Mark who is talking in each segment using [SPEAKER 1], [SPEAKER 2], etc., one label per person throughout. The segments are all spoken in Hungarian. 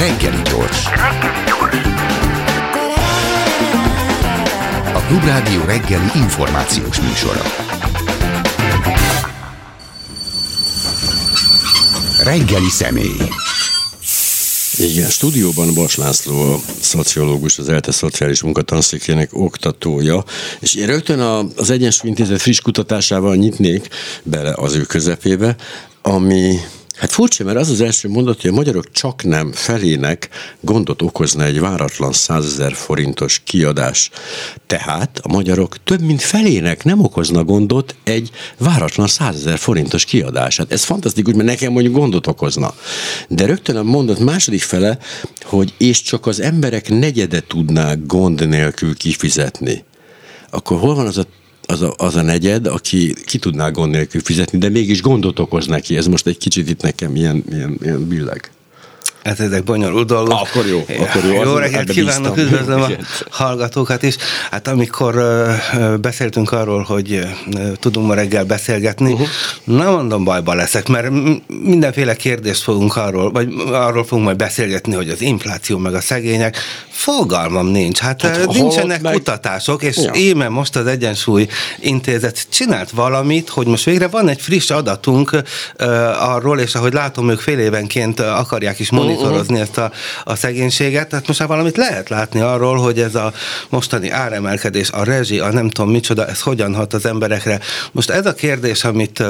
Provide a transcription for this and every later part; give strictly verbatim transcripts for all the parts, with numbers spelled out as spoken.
[SPEAKER 1] Reggeli gyors. A Klubrádió reggeli információs műsora. Reggeli személy.
[SPEAKER 2] Igen, stúdióban Bas László, a szociológus, az ELTE szociális munkatanszékének oktatója, és én rögtön az Egyensúly Intézet friss kutatásával nyitnék bele az ő közepébe, ami hát furcsa, mert az az első mondat, hogy a magyarok csak nem felének gondot okozna egy váratlan százezer forintos kiadás. Tehát a magyarok több mint felének nem okozna gondot egy váratlan százezer forintos kiadás. Hát ez fantasztikus, mert nekem mondjuk gondot okozna. De rögtön a mondat második fele, hogy és csak az emberek negyede tudná gond nélkül kifizetni. Akkor hol van az a Az a, az a negyed, aki ki tudná gond nélkül fizetni, de mégis gondot okoz neki. Ez most egy kicsit itt nekem ilyen, ilyen, ilyen billeg.
[SPEAKER 3] Hát ezek bonyolult dolgok.
[SPEAKER 2] Akkor jó, akkor jó.
[SPEAKER 3] Jó reggelt kívánok, üdvözlöm a hallgatókat is. Hát amikor uh, beszéltünk arról, hogy uh, tudunk ma reggel beszélgetni, uh-huh. nem mondom, bajba leszek, mert mindenféle kérdést fogunk arról, vagy arról fogunk majd beszélgetni, hogy az infláció meg a szegények, fogalmam nincs. Hát, hát nincsenek meg... kutatások, és ja. íme most az Egyensúly Intézet csinált valamit, hogy most végre van egy friss adatunk uh, arról, és ahogy látom, ők fél évenként akarják is monitorozni ezt a, a szegénységet, tehát most már valamit lehet látni arról, hogy ez a mostani áremelkedés, a rezsi, a nem tudom micsoda, ez hogyan hat az emberekre. Most ez a kérdés, amit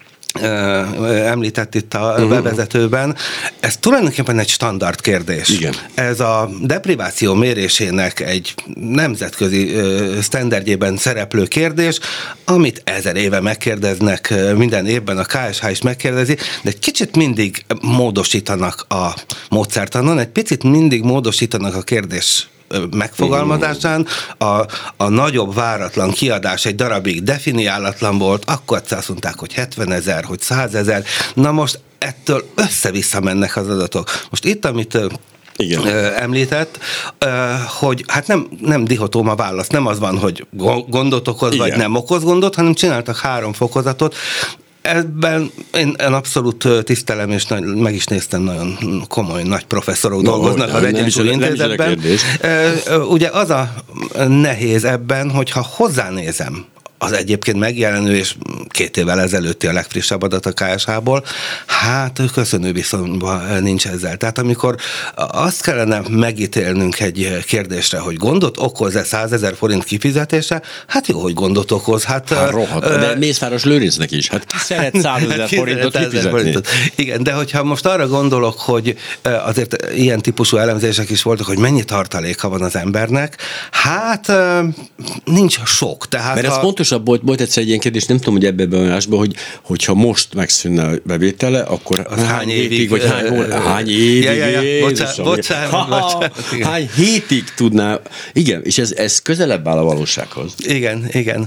[SPEAKER 3] említett itt a uh-huh. bevezetőben, ez tulajdonképpen egy standard kérdés.
[SPEAKER 2] Igen.
[SPEAKER 3] Ez a depriváció mérésének egy nemzetközi uh, sztenderdjében szereplő kérdés, amit ezer éve megkérdeznek, minden évben a ká es há is megkérdezi, de egy kicsit mindig módosítanak a módszertanon, egy picit mindig módosítanak a kérdés megfogalmazásán, a, a nagyobb váratlan kiadás egy darabig definiálatlan volt, akkor azt mondták, hogy hetvenezer, hogy százezer, na most ettől össze-vissza mennek az adatok. Most itt, amit Igen. említett, hogy hát nem, nem dichotóm a válasz, nem az van, hogy gondot okoz, Igen. vagy nem okoz gondot, hanem csináltak három fokozatot. Ebben én, én abszolút tisztelem, és nagy, meg is néztem, nagyon komoly, nagy professzorok no, dolgoznak az Egyensúly Intézetben. Ugye az a nehéz ebben, hogyha hozzánézem az egyébként megjelenő, és két évvel ezelőtti a legfrissebb adat a ká es há-ból, hát köszönő viszonyban nincs ezzel. Tehát amikor azt kellene megítélnünk egy kérdésre, hogy gondot okoz-e százezer forint kifizetése, hát jó, hogy gondot okoz. Hát,
[SPEAKER 2] hát rohadt, uh, de Mészáros Lőrincnek is, hát ki szeret százezer forintot kifizetni. Forintot.
[SPEAKER 3] Igen, de hogyha most arra gondolok, hogy azért ilyen típusú elemzések is voltak, hogy mennyi tartaléka van az embernek, hát nincs sok. Tehát
[SPEAKER 2] Mert ez ha... pontos Volt, volt egyszer egy ilyen kérdés, nem tudom, hogy ebben a bevonáásban, hogy hogyha most megszűnne a bevétele, akkor
[SPEAKER 3] az hány évig, évig
[SPEAKER 2] vagy hány, hol, hány évig,
[SPEAKER 3] ja, ja, ja, bocsánat, bocsánat,
[SPEAKER 2] ha,
[SPEAKER 3] bocsánat,
[SPEAKER 2] hány hétig tudná, igen, és ez, ez közelebb áll a valósághoz.
[SPEAKER 3] Igen, igen.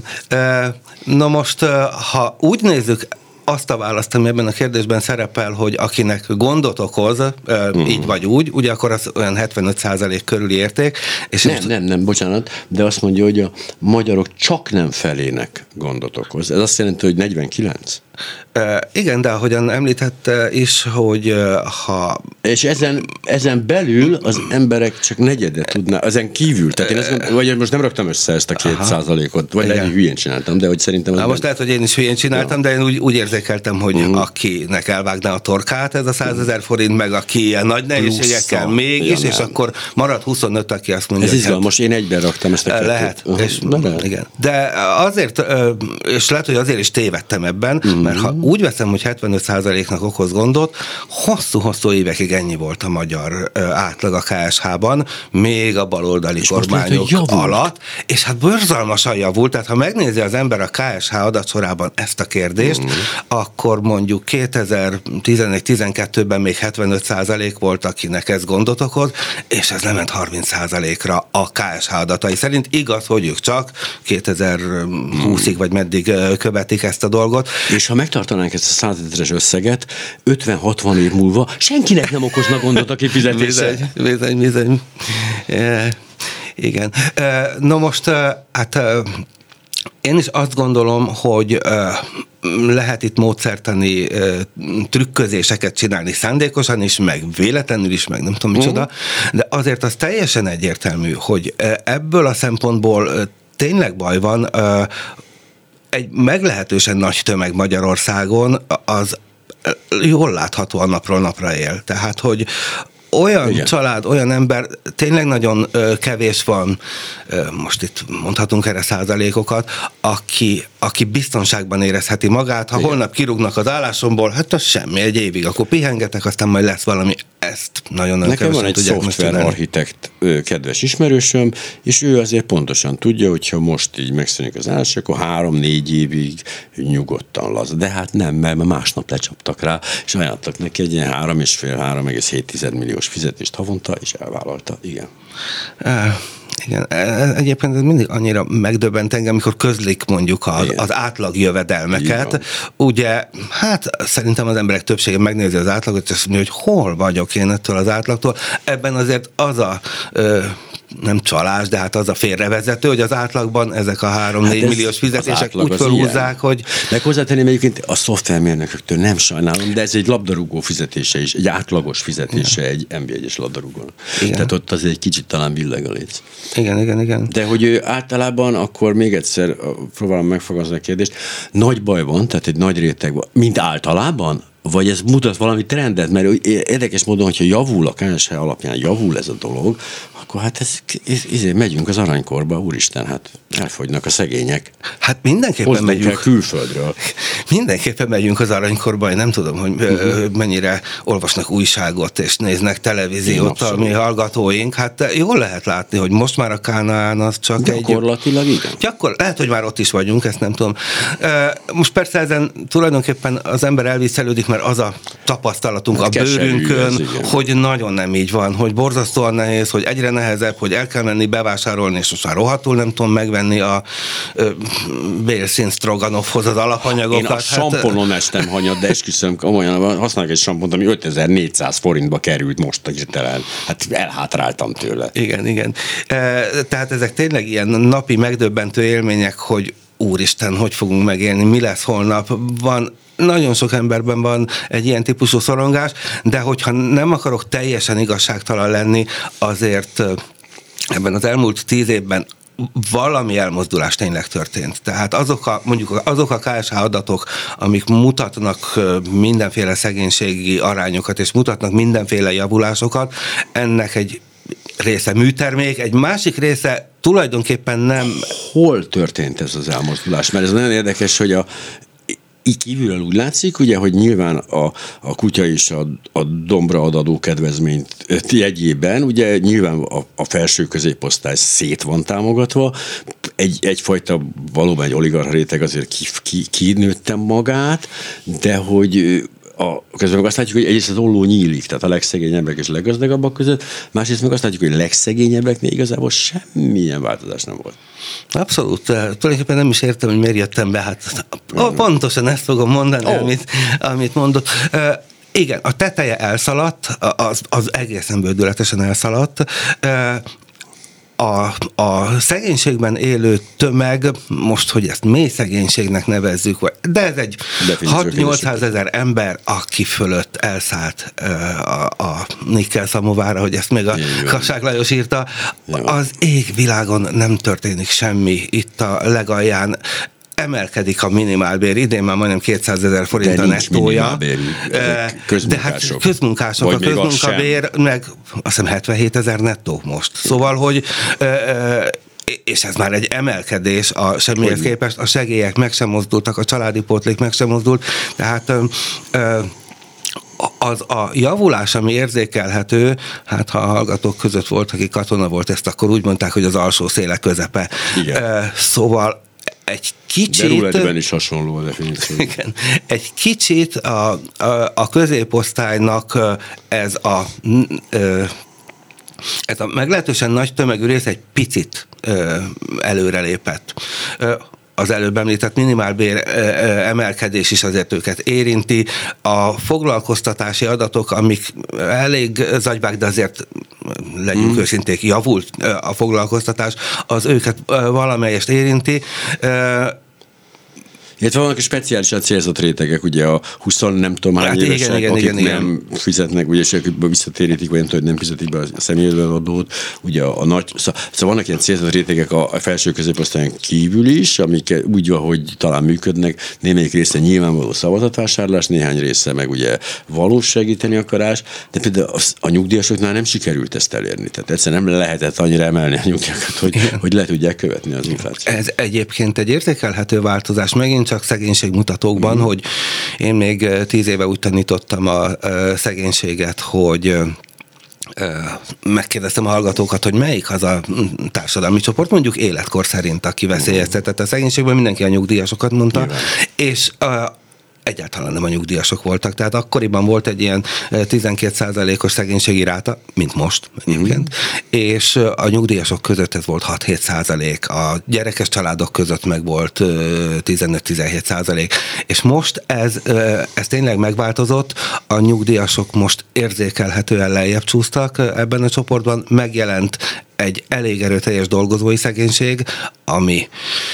[SPEAKER 3] Na most, ha úgy nézzük, azt a választ, ami ebben a kérdésben szerepel, hogy akinek gondot okoz, uh-huh. így vagy úgy, ugye akkor az olyan hetvenöt százalék körüli érték. És
[SPEAKER 2] nem, most... nem, nem, bocsánat, de azt mondja, hogy a magyarok csak nem felének gondot okoz. Ez azt jelenti, hogy negyvenkilenc?
[SPEAKER 3] Uh, igen, de ahogyan említette is, hogy uh, ha...
[SPEAKER 2] És ezen, ezen belül az emberek csak negyede tudná, ezen kívül, tehát én ezt mondom, vagy most nem raktam össze ezt a két százalékot, vagy lehet, hogy hülyén csináltam, de hogy szerintem...
[SPEAKER 3] Na, most lehet, hogy én is hülyén csináltam, ja. de én úgy, úgy érzékeltem, hogy uh-huh. akinek elvágná a torkát ez a százezer forint, meg aki ilyen nagy nehézségekkel mégis, ja, és akkor marad huszonöt, aki azt mondja...
[SPEAKER 2] Ez izgalmas, én egyben raktam ezt a kettőt.
[SPEAKER 3] Lehet, uh-huh. és, lehet. Igen. De azért, és lehet, hogy azért is tévedtem ebben, uh-huh. mert ha úgy veszem, hogy hetvenöt százaléknak okoz gondot, hosszú-hosszú évekig ennyi volt a magyar átlag a ká es há-ban, még a baloldali és kormányok alatt, és hát borzalmasan javult, tehát ha megnézi az ember a ká es há adatsorában ezt a kérdést, mm. akkor mondjuk kétezer-tizenegy-tizenkettőben még hetvenöt százalék volt, akinek ez gondot okoz, és ez lement harminc százalékra a ká es há adatai szerint. Igaz, hogy ők csak kétezer-húszig vagy meddig követik ezt a dolgot.
[SPEAKER 2] És ha megtartanánk ezt a százezeres összeget, ötven-hatvan év múlva senkinek nem okozna gondot a kifizetése.
[SPEAKER 3] Bizony, bizony, bizony. E, igen. E, no most, hát Én is azt gondolom, hogy lehet itt módszertani trükközéseket csinálni szándékosan is, meg véletlenül is, meg nem tudom micsoda, uh-huh. de azért az teljesen egyértelmű, hogy ebből a szempontból tényleg baj van. Egy meglehetősen nagy tömeg Magyarországon az jól láthatóan napról napra él. Tehát, hogy olyan Igen. család, olyan ember, tényleg nagyon ö, kevés van, ö, most itt mondhatunk erre százalékokat, aki, aki biztonságban érezheti magát. Ha Igen. holnap kirúgnak az állásomból, hát az semmi, egy évig, akkor pihengetek, aztán majd lesz valami. Ezt nagyon-nagyon
[SPEAKER 2] Nekem van egy szoftverarchitekt kedves ismerősöm, és ő azért pontosan tudja, hogyha most így megszűnik az állás, akkor három-négy évig nyugodtan laza. De hát nem, mert másnap lecsaptak rá, és ajánlottak neki egy ilyen három és fél, három egész hét milliós fizetést havonta, és elvállalta. Igen.
[SPEAKER 3] Uh. Igen, egyébként ez mindig annyira megdöbbent engem, amikor közlik mondjuk az, az átlag jövedelmeket. Ugye, hát szerintem az emberek többsége megnézi az átlagot, és azt mondja, hogy hol vagyok én ettől az átlagtól. Ebben azért az a ö, nem csalás, de hát az a félrevezető, hogy az átlagban ezek a három-négy hát milliós fizetések úgy felhúzzák, hogy...
[SPEAKER 2] Meg hozzátenném egyébként a szoftvermérnököktől nem sajnálom, de ez egy labdarúgó fizetése is, egy átlagos fizetése igen. egy en bé egyes labdarúgónak. Tehát ott azért egy kicsit talán billeg a léc.
[SPEAKER 3] Igen, igen, igen.
[SPEAKER 2] De hogy ő általában, akkor még egyszer próbálom megfogalmazni a kérdést, nagy baj van, tehát egy nagy réteg van, mint általában, vagy ez mutat valami trendet, mert érdekes módon, hogyha javul a ká es há alapján, javul ez a dolog, akkor hát ez, ez, ez megyünk az aranykorba, úristen, hát elfogynak a szegények.
[SPEAKER 3] Hát mindenképpen
[SPEAKER 2] Hoznunk
[SPEAKER 3] megyünk.
[SPEAKER 2] külföldről.
[SPEAKER 3] Mindenképpen megyünk az aranykorba, én nem tudom, hogy uh-huh. mennyire olvasnak újságot és néznek televíziót a mi hallgatóink. Hát jól lehet látni, hogy most már a Kánaán az csak
[SPEAKER 2] Gyakorlatilag egy... Gyakorlatilag igen.
[SPEAKER 3] Gyakor... Lehet, hogy már ott is vagyunk, ezt nem tudom. Most persze ezen tulajdonképpen az ember elviccelődik, mert az a tapasztalatunk hát a bőrünkön, ez, hogy nagyon nem így van, hogy borzasztóan nehéz, hogy egyre nehezebb, hogy el kell menni bevásárolni, és most már rohadtul nem tudom megvenni a bélszín sztroganovhoz az alapanyagokat.
[SPEAKER 2] Én a samponon hát, estem hanyat, de esküszöm, komolyan használok egy sampont, ami ötezer-négyszáz forintba került most hirtelen. Hát elhátráltam tőle.
[SPEAKER 3] Igen, igen. E, tehát ezek tényleg ilyen napi megdöbbentő élmények, hogy úristen, hogy fogunk megélni, mi lesz holnap, van nagyon sok emberben van egy ilyen típusú szorongás, de hogyha nem akarok teljesen igazságtalan lenni, azért ebben az elmúlt tíz évben valami elmozdulás tényleg történt. Tehát azok a, mondjuk azok a ká es há adatok, amik mutatnak mindenféle szegénységi arányokat, és mutatnak mindenféle javulásokat, ennek egy része műtermék, egy másik része tulajdonképpen nem...
[SPEAKER 2] Hol történt ez az elmozdulás? Mert ez nagyon érdekes, hogy a így kívülről úgy látszik, ugye, hogy nyilván a, a kutya és a, a dombra adadó kedvezményt jegyében, ugye nyilván a, a felső középosztály szét van támogatva, egy, egyfajta valóban egy oligarcha réteg azért ki, ki, kinőtte magát, de hogy a, közben meg azt látjuk, hogy egyrészt az olló nyílik, tehát a legszegényebbek és leggazdagabbak között, másrészt meg azt látjuk, hogy a legszegényebbeknél igazából semmilyen változás nem volt.
[SPEAKER 3] Abszolút. Tulajdonképpen nem is értem, hogy miért jöttem be. Hát mm. pontosan ezt fogom mondani, oh. amit, amit mondott. Uh, igen, a teteje elszaladt, az, az egészen bődületesen elszaladt. Uh, A, a szegénységben élő tömeg, most, hogy ezt mély szegénységnek nevezzük, de ez egy hat-nyolcszázezer ember, aki fölött elszállt a, a nikkel szamovára, hogy ezt még a Kassák Lajos írta. Az égvilágon nem történik semmi itt a legalján. Emelkedik a minimálbér, idén már majdnem kétszázezer forint a nettója. De hát közmunkások, a közmunkabér meg azt hiszem hetvenhétezer nettó most. Szóval, hogy és ez már egy emelkedés a semmihez képest, a segélyek meg sem mozdultak, a családi pótlék meg sem mozdult, tehát az a javulás, ami érzékelhető, hát ha a hallgatók között volt, aki katona volt, ezt akkor úgy mondták, hogy az alsó széle közepe. Igen. Szóval egy kicsit...
[SPEAKER 2] Derületben is hasonló a definíció.
[SPEAKER 3] Igen. Egy kicsit a, a, a középosztálynak ez a, ez a meglehetősen nagy tömegű rész egy picit előrelépett. az előbb említett minimálbér emelkedés is azért őket érinti. A foglalkoztatási adatok, amik elég zagyvák, de azért legyünk mm. őszinték, javult a foglalkoztatás, az őket valamelyest érinti.
[SPEAKER 2] Illetve vannak speciálisan célzott rétegek, ugye a húsz nem tudom hány
[SPEAKER 3] hát
[SPEAKER 2] évesek,
[SPEAKER 3] igen, igen,
[SPEAKER 2] akik
[SPEAKER 3] igen,
[SPEAKER 2] nem igen. fizetnek, ugye, és akik visszatérítik, vagy nem tudom, hogy nem fizetik be a személyadót, ugye a, a nagy, szóval, szóval vannak ilyen célzott rétegek a, a felső középosztályon kívül is, amik úgy, ahogy talán működnek, némelyik része nyilvánvaló szavazatvásárlás, néhány része meg ugye valós segíteni akarás, de például a, a nyugdíjasoknál nem sikerült ezt elérni. Tehát egyszerűen nem lehetett annyira emelni a nyugdíjakat, hogy, hogy le tudják követni az inflációt.
[SPEAKER 3] Ez egyébként egy értékelhető változás, megint csak szegénységmutatókban, mm. hogy én még tíz éve úgy tanítottam a szegénységet, hogy megkérdeztem a hallgatókat, hogy melyik az a társadalmi csoport, mondjuk életkor szerint, aki veszélyeztetett a szegénységből, mindenki a nyugdíjasokat mondta, Nyilván. és a egyáltalán nem a nyugdíjasok voltak. Tehát akkoriban volt egy ilyen tizenkét százalékos szegénységi ráta, mint most egyébként, mm-hmm. és a nyugdíjasok között ez volt hat-hét százalék, a gyerekes családok között meg volt tizenöt-tizenhét százalék, és most ez, ez tényleg megváltozott, a nyugdíjasok most érzékelhetően lejjebb csúsztak ebben a csoportban, megjelent egy elég erőteljes dolgozói szegénység, ami,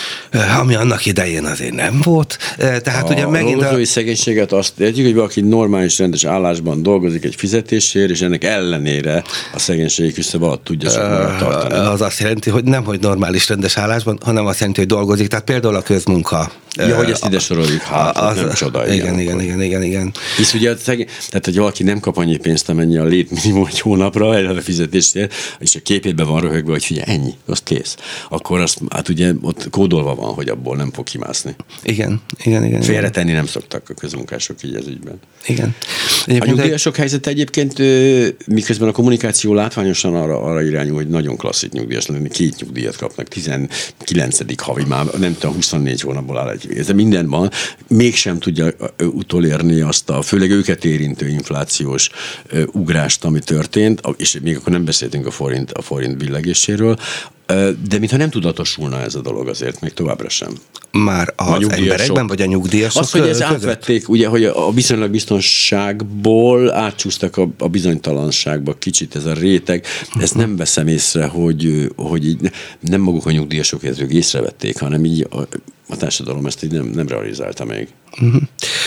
[SPEAKER 3] ami annak idején azért nem volt. Tehát
[SPEAKER 2] a
[SPEAKER 3] ugye megint
[SPEAKER 2] dolgozói a... szegénységet azt értjük, hogy valaki normális, rendes állásban dolgozik egy fizetésért, és ennek ellenére a szegénységi küszöb alatt tudja sokkal tartani.
[SPEAKER 3] Az azt jelenti, hogy nem, hogy normális, rendes állásban, hanem azt jelenti, hogy dolgozik. Tehát például a közmunka.
[SPEAKER 2] Ja, hogy ezt ide soroljuk, hát az, nem csoda.
[SPEAKER 3] Igen, igen, igen, igen, igen.
[SPEAKER 2] Hisz ugye, szegény, tehát hogy valaki nem kap annyi pénzt, amennyi a létminimum egy hónapra, egy a fizetésért, és a képében van röhögve, hogy figyelj, ennyi, azt kész. Akkor azt, hát ugye ott kódolva van, hogy abból nem fog kimászni.
[SPEAKER 3] Igen, igen, igen.
[SPEAKER 2] Félretenni nem szoktak a közmunkások így ez ügyben.
[SPEAKER 3] Igen.
[SPEAKER 2] Egyébként a nyugdíjasok egy... helyzete egyébként, miközben a kommunikáció látványosan arra, arra irányul, hogy nagyon klasszik nyugdíjas lenni, két nyugdíjat kapnak, tizenkilencedik havi már, nem tudom, huszonnégy hónapból áll egy. Ez minden van, mégsem tudja utolérni azt a, főleg őket érintő inflációs ugrást, ami történt, és még akkor nem beszéltünk a forint, a forint billegéséről, de mintha nem tudatosulna ez a dolog azért, még továbbra sem.
[SPEAKER 3] Már az a emberekben, vagy a nyugdíjasok
[SPEAKER 2] az, hogy ez
[SPEAKER 3] között?
[SPEAKER 2] átvették, ugye, hogy a viszonylag biztonságból átcsúsztak a, a bizonytalanságba kicsit ez a réteg, ezt nem veszem észre, hogy, hogy így nem maguk a nyugdíjasok ezek észrevették, hanem így a, a társadalom ezt így nem, nem realizálta még. Uh-huh.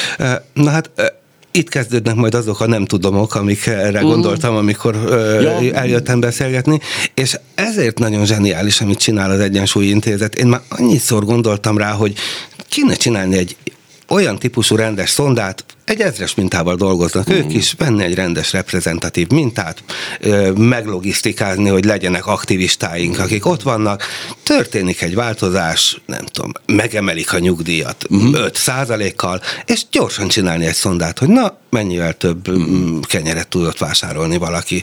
[SPEAKER 3] Na hát itt kezdődnek majd azok a nem tudomok, amikre uh-huh. gondoltam, amikor ja. eljöttem beszélgetni, és ezért nagyon zseniális, amit csinál az Egyensúlyi Intézet. Én már annyiszor gondoltam rá, hogy kéne csinálni egy olyan típusú rendes szondát, egy ezres mintával dolgoznak mm. ők is, venni egy rendes reprezentatív mintát, meglogisztikázni, hogy legyenek aktivistáink, akik ott vannak, történik egy változás, nem tudom, megemelik a nyugdíjat mm. öt százalékkal, és gyorsan csinálni egy szondát, hogy na, mennyivel több mm. kenyeret tudott vásárolni valaki.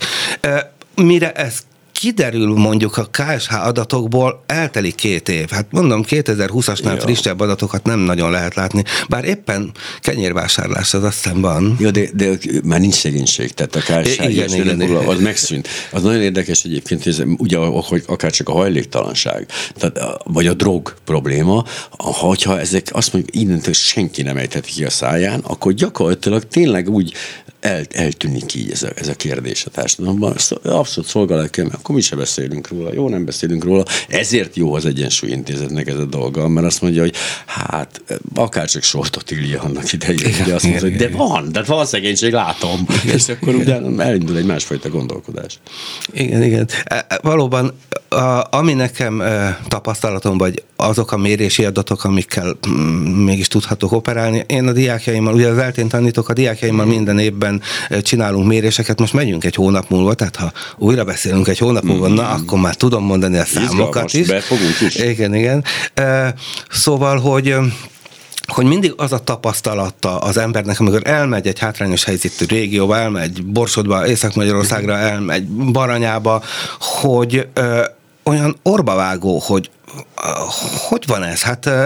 [SPEAKER 3] Mire ez kiderül mondjuk a ká es há adatokból, eltelik két év. Hát mondom, kétezer-húszasnál ja. frissebb adatokat nem nagyon lehet látni, bár éppen kenyérvásárlás az azt hiszem van.
[SPEAKER 2] Ja, de, de már nincs szegénység, tehát a ká es há igen, igen, igen. az megszűnt. Az nagyon érdekes egyébként, hogy ugye akár csak a hajléktalanság, tehát, vagy a drog probléma, hogyha ezek azt mondjuk innentől senki nem ejtheti ki a száján, akkor gyakorlatilag tényleg úgy el, eltűnik így ez a, ez a kérdés a társadalomban. Abszolút szolgálatkel, akkor mi se beszélünk róla, jó, nem beszélünk róla. Ezért jó az Egyensúlyi Intézetnek ez a dolga, mert azt mondja, hogy hát akárcsak Soltot Ilja annak idején, ugye azt mondja, hogy de van, de van szegénység, látom. És akkor utána elindul egy másfajta gondolkodás.
[SPEAKER 3] Igen, igen. Valóban, ami nekem tapasztalatom, vagy azok a mérési adatok, amikkel mégis tudhatok operálni, én a diákjaimmal, ugye az eltén tanítok, a diákjaimmal minden évben csinálunk méréseket, most megyünk egy hónap múlva, tehát ha újra beszélünk egy hónap múlva, mm-hmm. na, akkor már tudom mondani a számokat is.
[SPEAKER 2] is.
[SPEAKER 3] Igen, igen. Szóval, hogy hogy mindig az a tapasztalata az embernek, amikor elmegy egy hátrányos helyzetű régióba, elmegy Borsodba, Észak-Magyarországra, elmegy Baranyába, hogy ö, olyan orbavágó, hogy ö, hogy van ez? Hát ö,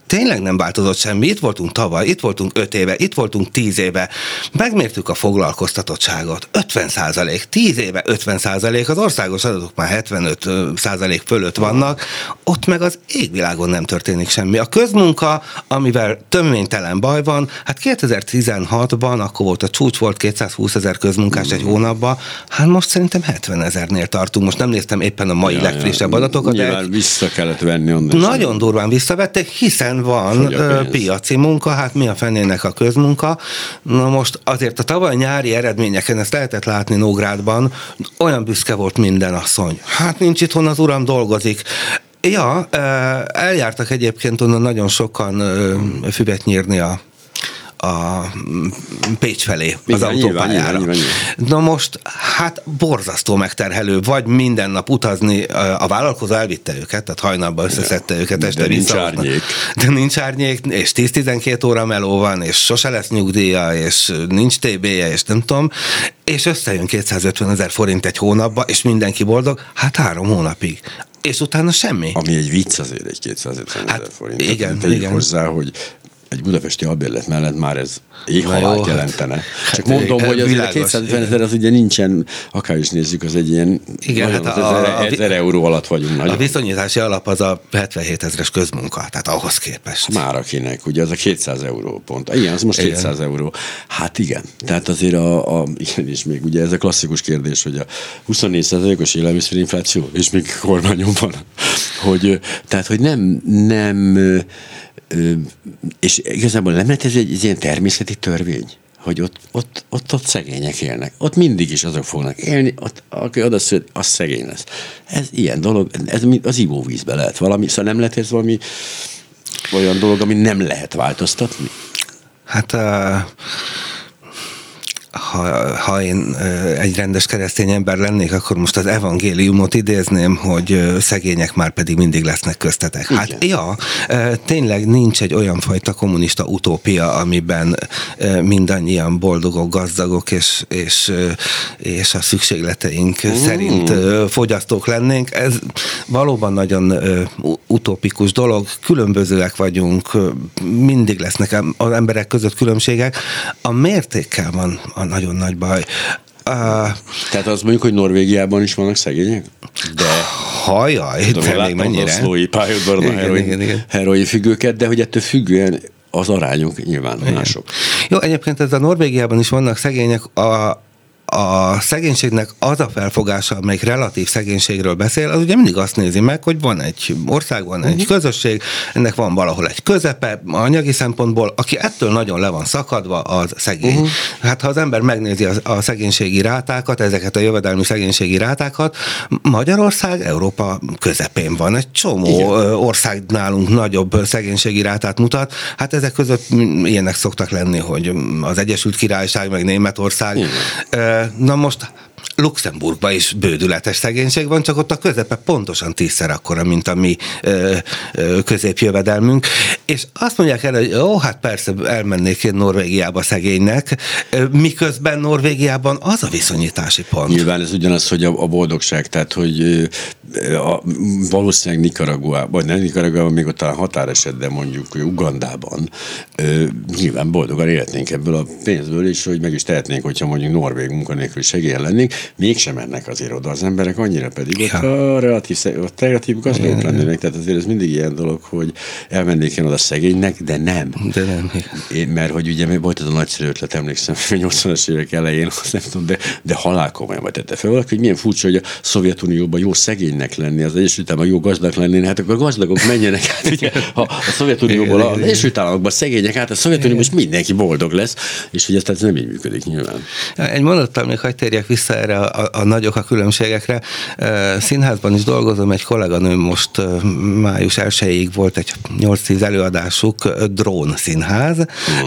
[SPEAKER 3] tényleg nem változott semmi. Itt voltunk tavaly, itt voltunk öt éve, itt voltunk tíz éve. Megmértük a foglalkoztatottságot. ötven százalék, tíz éve ötven százalék, az országos adatok már hetvenöt százalék fölött vannak, ott meg az égvilágon nem történik semmi. A közmunka, amivel töménytelen baj van, hát kétezer-tizenhatban, akkor volt a csúcs, volt kétszázhúszezer közmunkás egy hónapban, hát most szerintem hetven ezernél tartunk. Most nem néztem éppen a mai ja, legfrissebb ja. adatokat.
[SPEAKER 2] Nyilván de vissza kellett venni onnan.
[SPEAKER 3] Nagyon sem. Durván visszavették, hiszen van piaci munka, hát mi a fenének a közmunka. Na most azért a tavaly nyári eredményeken ezt lehetett látni Nógrádban, olyan büszke volt minden asszony. Hát nincs itthon, az uram dolgozik. Ja, eljártak egyébként onnan nagyon sokan füvet nyírni a a Pécs felé, az igen, autópályára. Nyilván, nyilván, nyilván. Na most, hát borzasztó megterhelő, vagy minden nap utazni, a vállalkozó elvitte őket, tehát hajnalban összeszedte ja, őket, este
[SPEAKER 2] de nincs árnyék.
[SPEAKER 3] De nincs árnyék, és tíz-tizenkét óra meló van, és sose lesz nyugdíja, és nincs té bé-je, és nem tudom, és összejön kétszázötven ezer forint egy hónapba, és mindenki boldog, hát három hónapig. És utána semmi.
[SPEAKER 2] Ami egy vicc azért egy kétszázötven ezer hát, forint.
[SPEAKER 3] Igen,
[SPEAKER 2] tehát,
[SPEAKER 3] igen.
[SPEAKER 2] hozzá, hogy egy budapesti albérlet mellett már ez éghalált jelentene. Hát, csak mondom, hogy azért a kétszázötven ezer az ugye nincsen, akár is nézzük, az egy ilyen
[SPEAKER 3] igen,
[SPEAKER 2] nagyon,
[SPEAKER 3] hát
[SPEAKER 2] az
[SPEAKER 3] a,
[SPEAKER 2] ezer,
[SPEAKER 3] a,
[SPEAKER 2] ezer euró alatt vagyunk. Nagyon.
[SPEAKER 3] A viszonyítási alap az a hetvenhét ezres közmunka, tehát ahhoz képest.
[SPEAKER 2] Már akinek, ugye az a kétszáz euró pont. Igen, az most igen. kétszáz euró. Hát igen, tehát azért a, a igen, és még ugye ez a klasszikus kérdés, hogy a huszonnégy százalékos élelmiszerinfláció, és még kormányon van, hogy tehát, hogy nem, nem és igazából nem lehet ez egy, egy ilyen természeti törvény, hogy ott, ott, ott, ott szegények élnek. Ott mindig is azok fognak élni, ott, aki oda sződ, az szegény lesz. Ez ilyen dolog, ez az ivóvízbe lehet valami, szóval nem lehet ez valami olyan dolog, ami nem lehet változtatni?
[SPEAKER 3] Hát uh... Ha, ha én egy rendes keresztény ember lennék, akkor most az evangéliumot idézném, hogy szegények már pedig mindig lesznek köztetek. Hát igen. Ja, tényleg nincs egy olyan fajta kommunista utópia, amiben mindannyian boldogok, gazdagok, és, és, és a szükségleteink mm. szerint fogyasztók lennénk. Ez valóban nagyon utópikus dolog. Különbözőek vagyunk, mindig lesznek az emberek között különbségek. A mértékkel van a nagyon nagy baj. Uh,
[SPEAKER 2] Tehát azt mondjuk, hogy Norvégiában is vannak szegények?
[SPEAKER 3] De hajjaj, de még mennyire?
[SPEAKER 2] A szlói pályaudvaron a heroin, heroin függőket, de hogy ettől függően az arányok nyilván igen. mások.
[SPEAKER 3] Jó, egyébként ez a Norvégiában is vannak szegények, a a szegénységnek az a felfogása, amelyik relatív szegénységről beszél, az ugye mindig azt nézi meg, hogy van egy ország, van egy uh-huh. közösség, ennek van valahol egy közepe, anyagi szempontból, aki ettől nagyon le van szakadva, az szegény. Uh-huh. Hát ha az ember megnézi a, a szegénységi rátákat, ezeket a jövedelmi szegénységi rátákat, Magyarország Európa közepén van. Egy csomó igen. ország nálunk nagyobb szegénységi rátát mutat. Hát ezek között ilyenek szoktak lenni, hogy az Egyesült Királyság, meg Németország. Igen. Na most Luxemburgban is bődületes szegénység van, csak ott a közepe pontosan tízszer akkora, mint a mi ö, ö, középjövedelmünk. És azt mondják el, hogy ó, hát persze elmennék én Norvégiába szegénynek, miközben Norvégiában az a viszonyítási pont.
[SPEAKER 2] Nyilván ez ugyanaz, hogy a, a boldogság, tehát hogy a, valószínűleg Nicaraguában, vagy nem Nicaraguában, még ott talán határeset, de mondjuk Ugandában ö, nyilván boldogan élhetnénk ebből a pénzből, és hogy meg is tehetnénk, hogyha mondjuk norvég munkanélkül segélyen lennénk, mégsem mennek azért oda az emberek, annyira pedig ja. ott a relatív, ott relatív gazdagok lennének, tehát azért ez mindig ilyen dolog, hogy elmennék én oda szegénynek, de nem.
[SPEAKER 3] De nem.
[SPEAKER 2] Én, mert hogy ugye volt ez a nagyszerű ötlet, emlékszem, a nyolcvanas évek elején, azt nem tudom, de, de halálkomolyan tette fel valaki, hogy milyen furcsa, hogy a Szovjetunióban jó szegénynek lenni, az Egyesült Államokban jó gazdag lenni, hát akkor a gazdagok menjenek hát, ugye, ha a Szovjetunióból az Egyesült Államokban szegények, hát a Szovjetunióban most mindenki boldog lesz, és hogy ez, ez nem így működik nyilván.
[SPEAKER 3] Egy mondattal még hadd térjek vissza erre a, a, a nagyok a különbségekre. Színházban is dolgozom, egy kolléganőm most május elsejéig volt egy nyolc-tíz előadásuk, Drón Színház.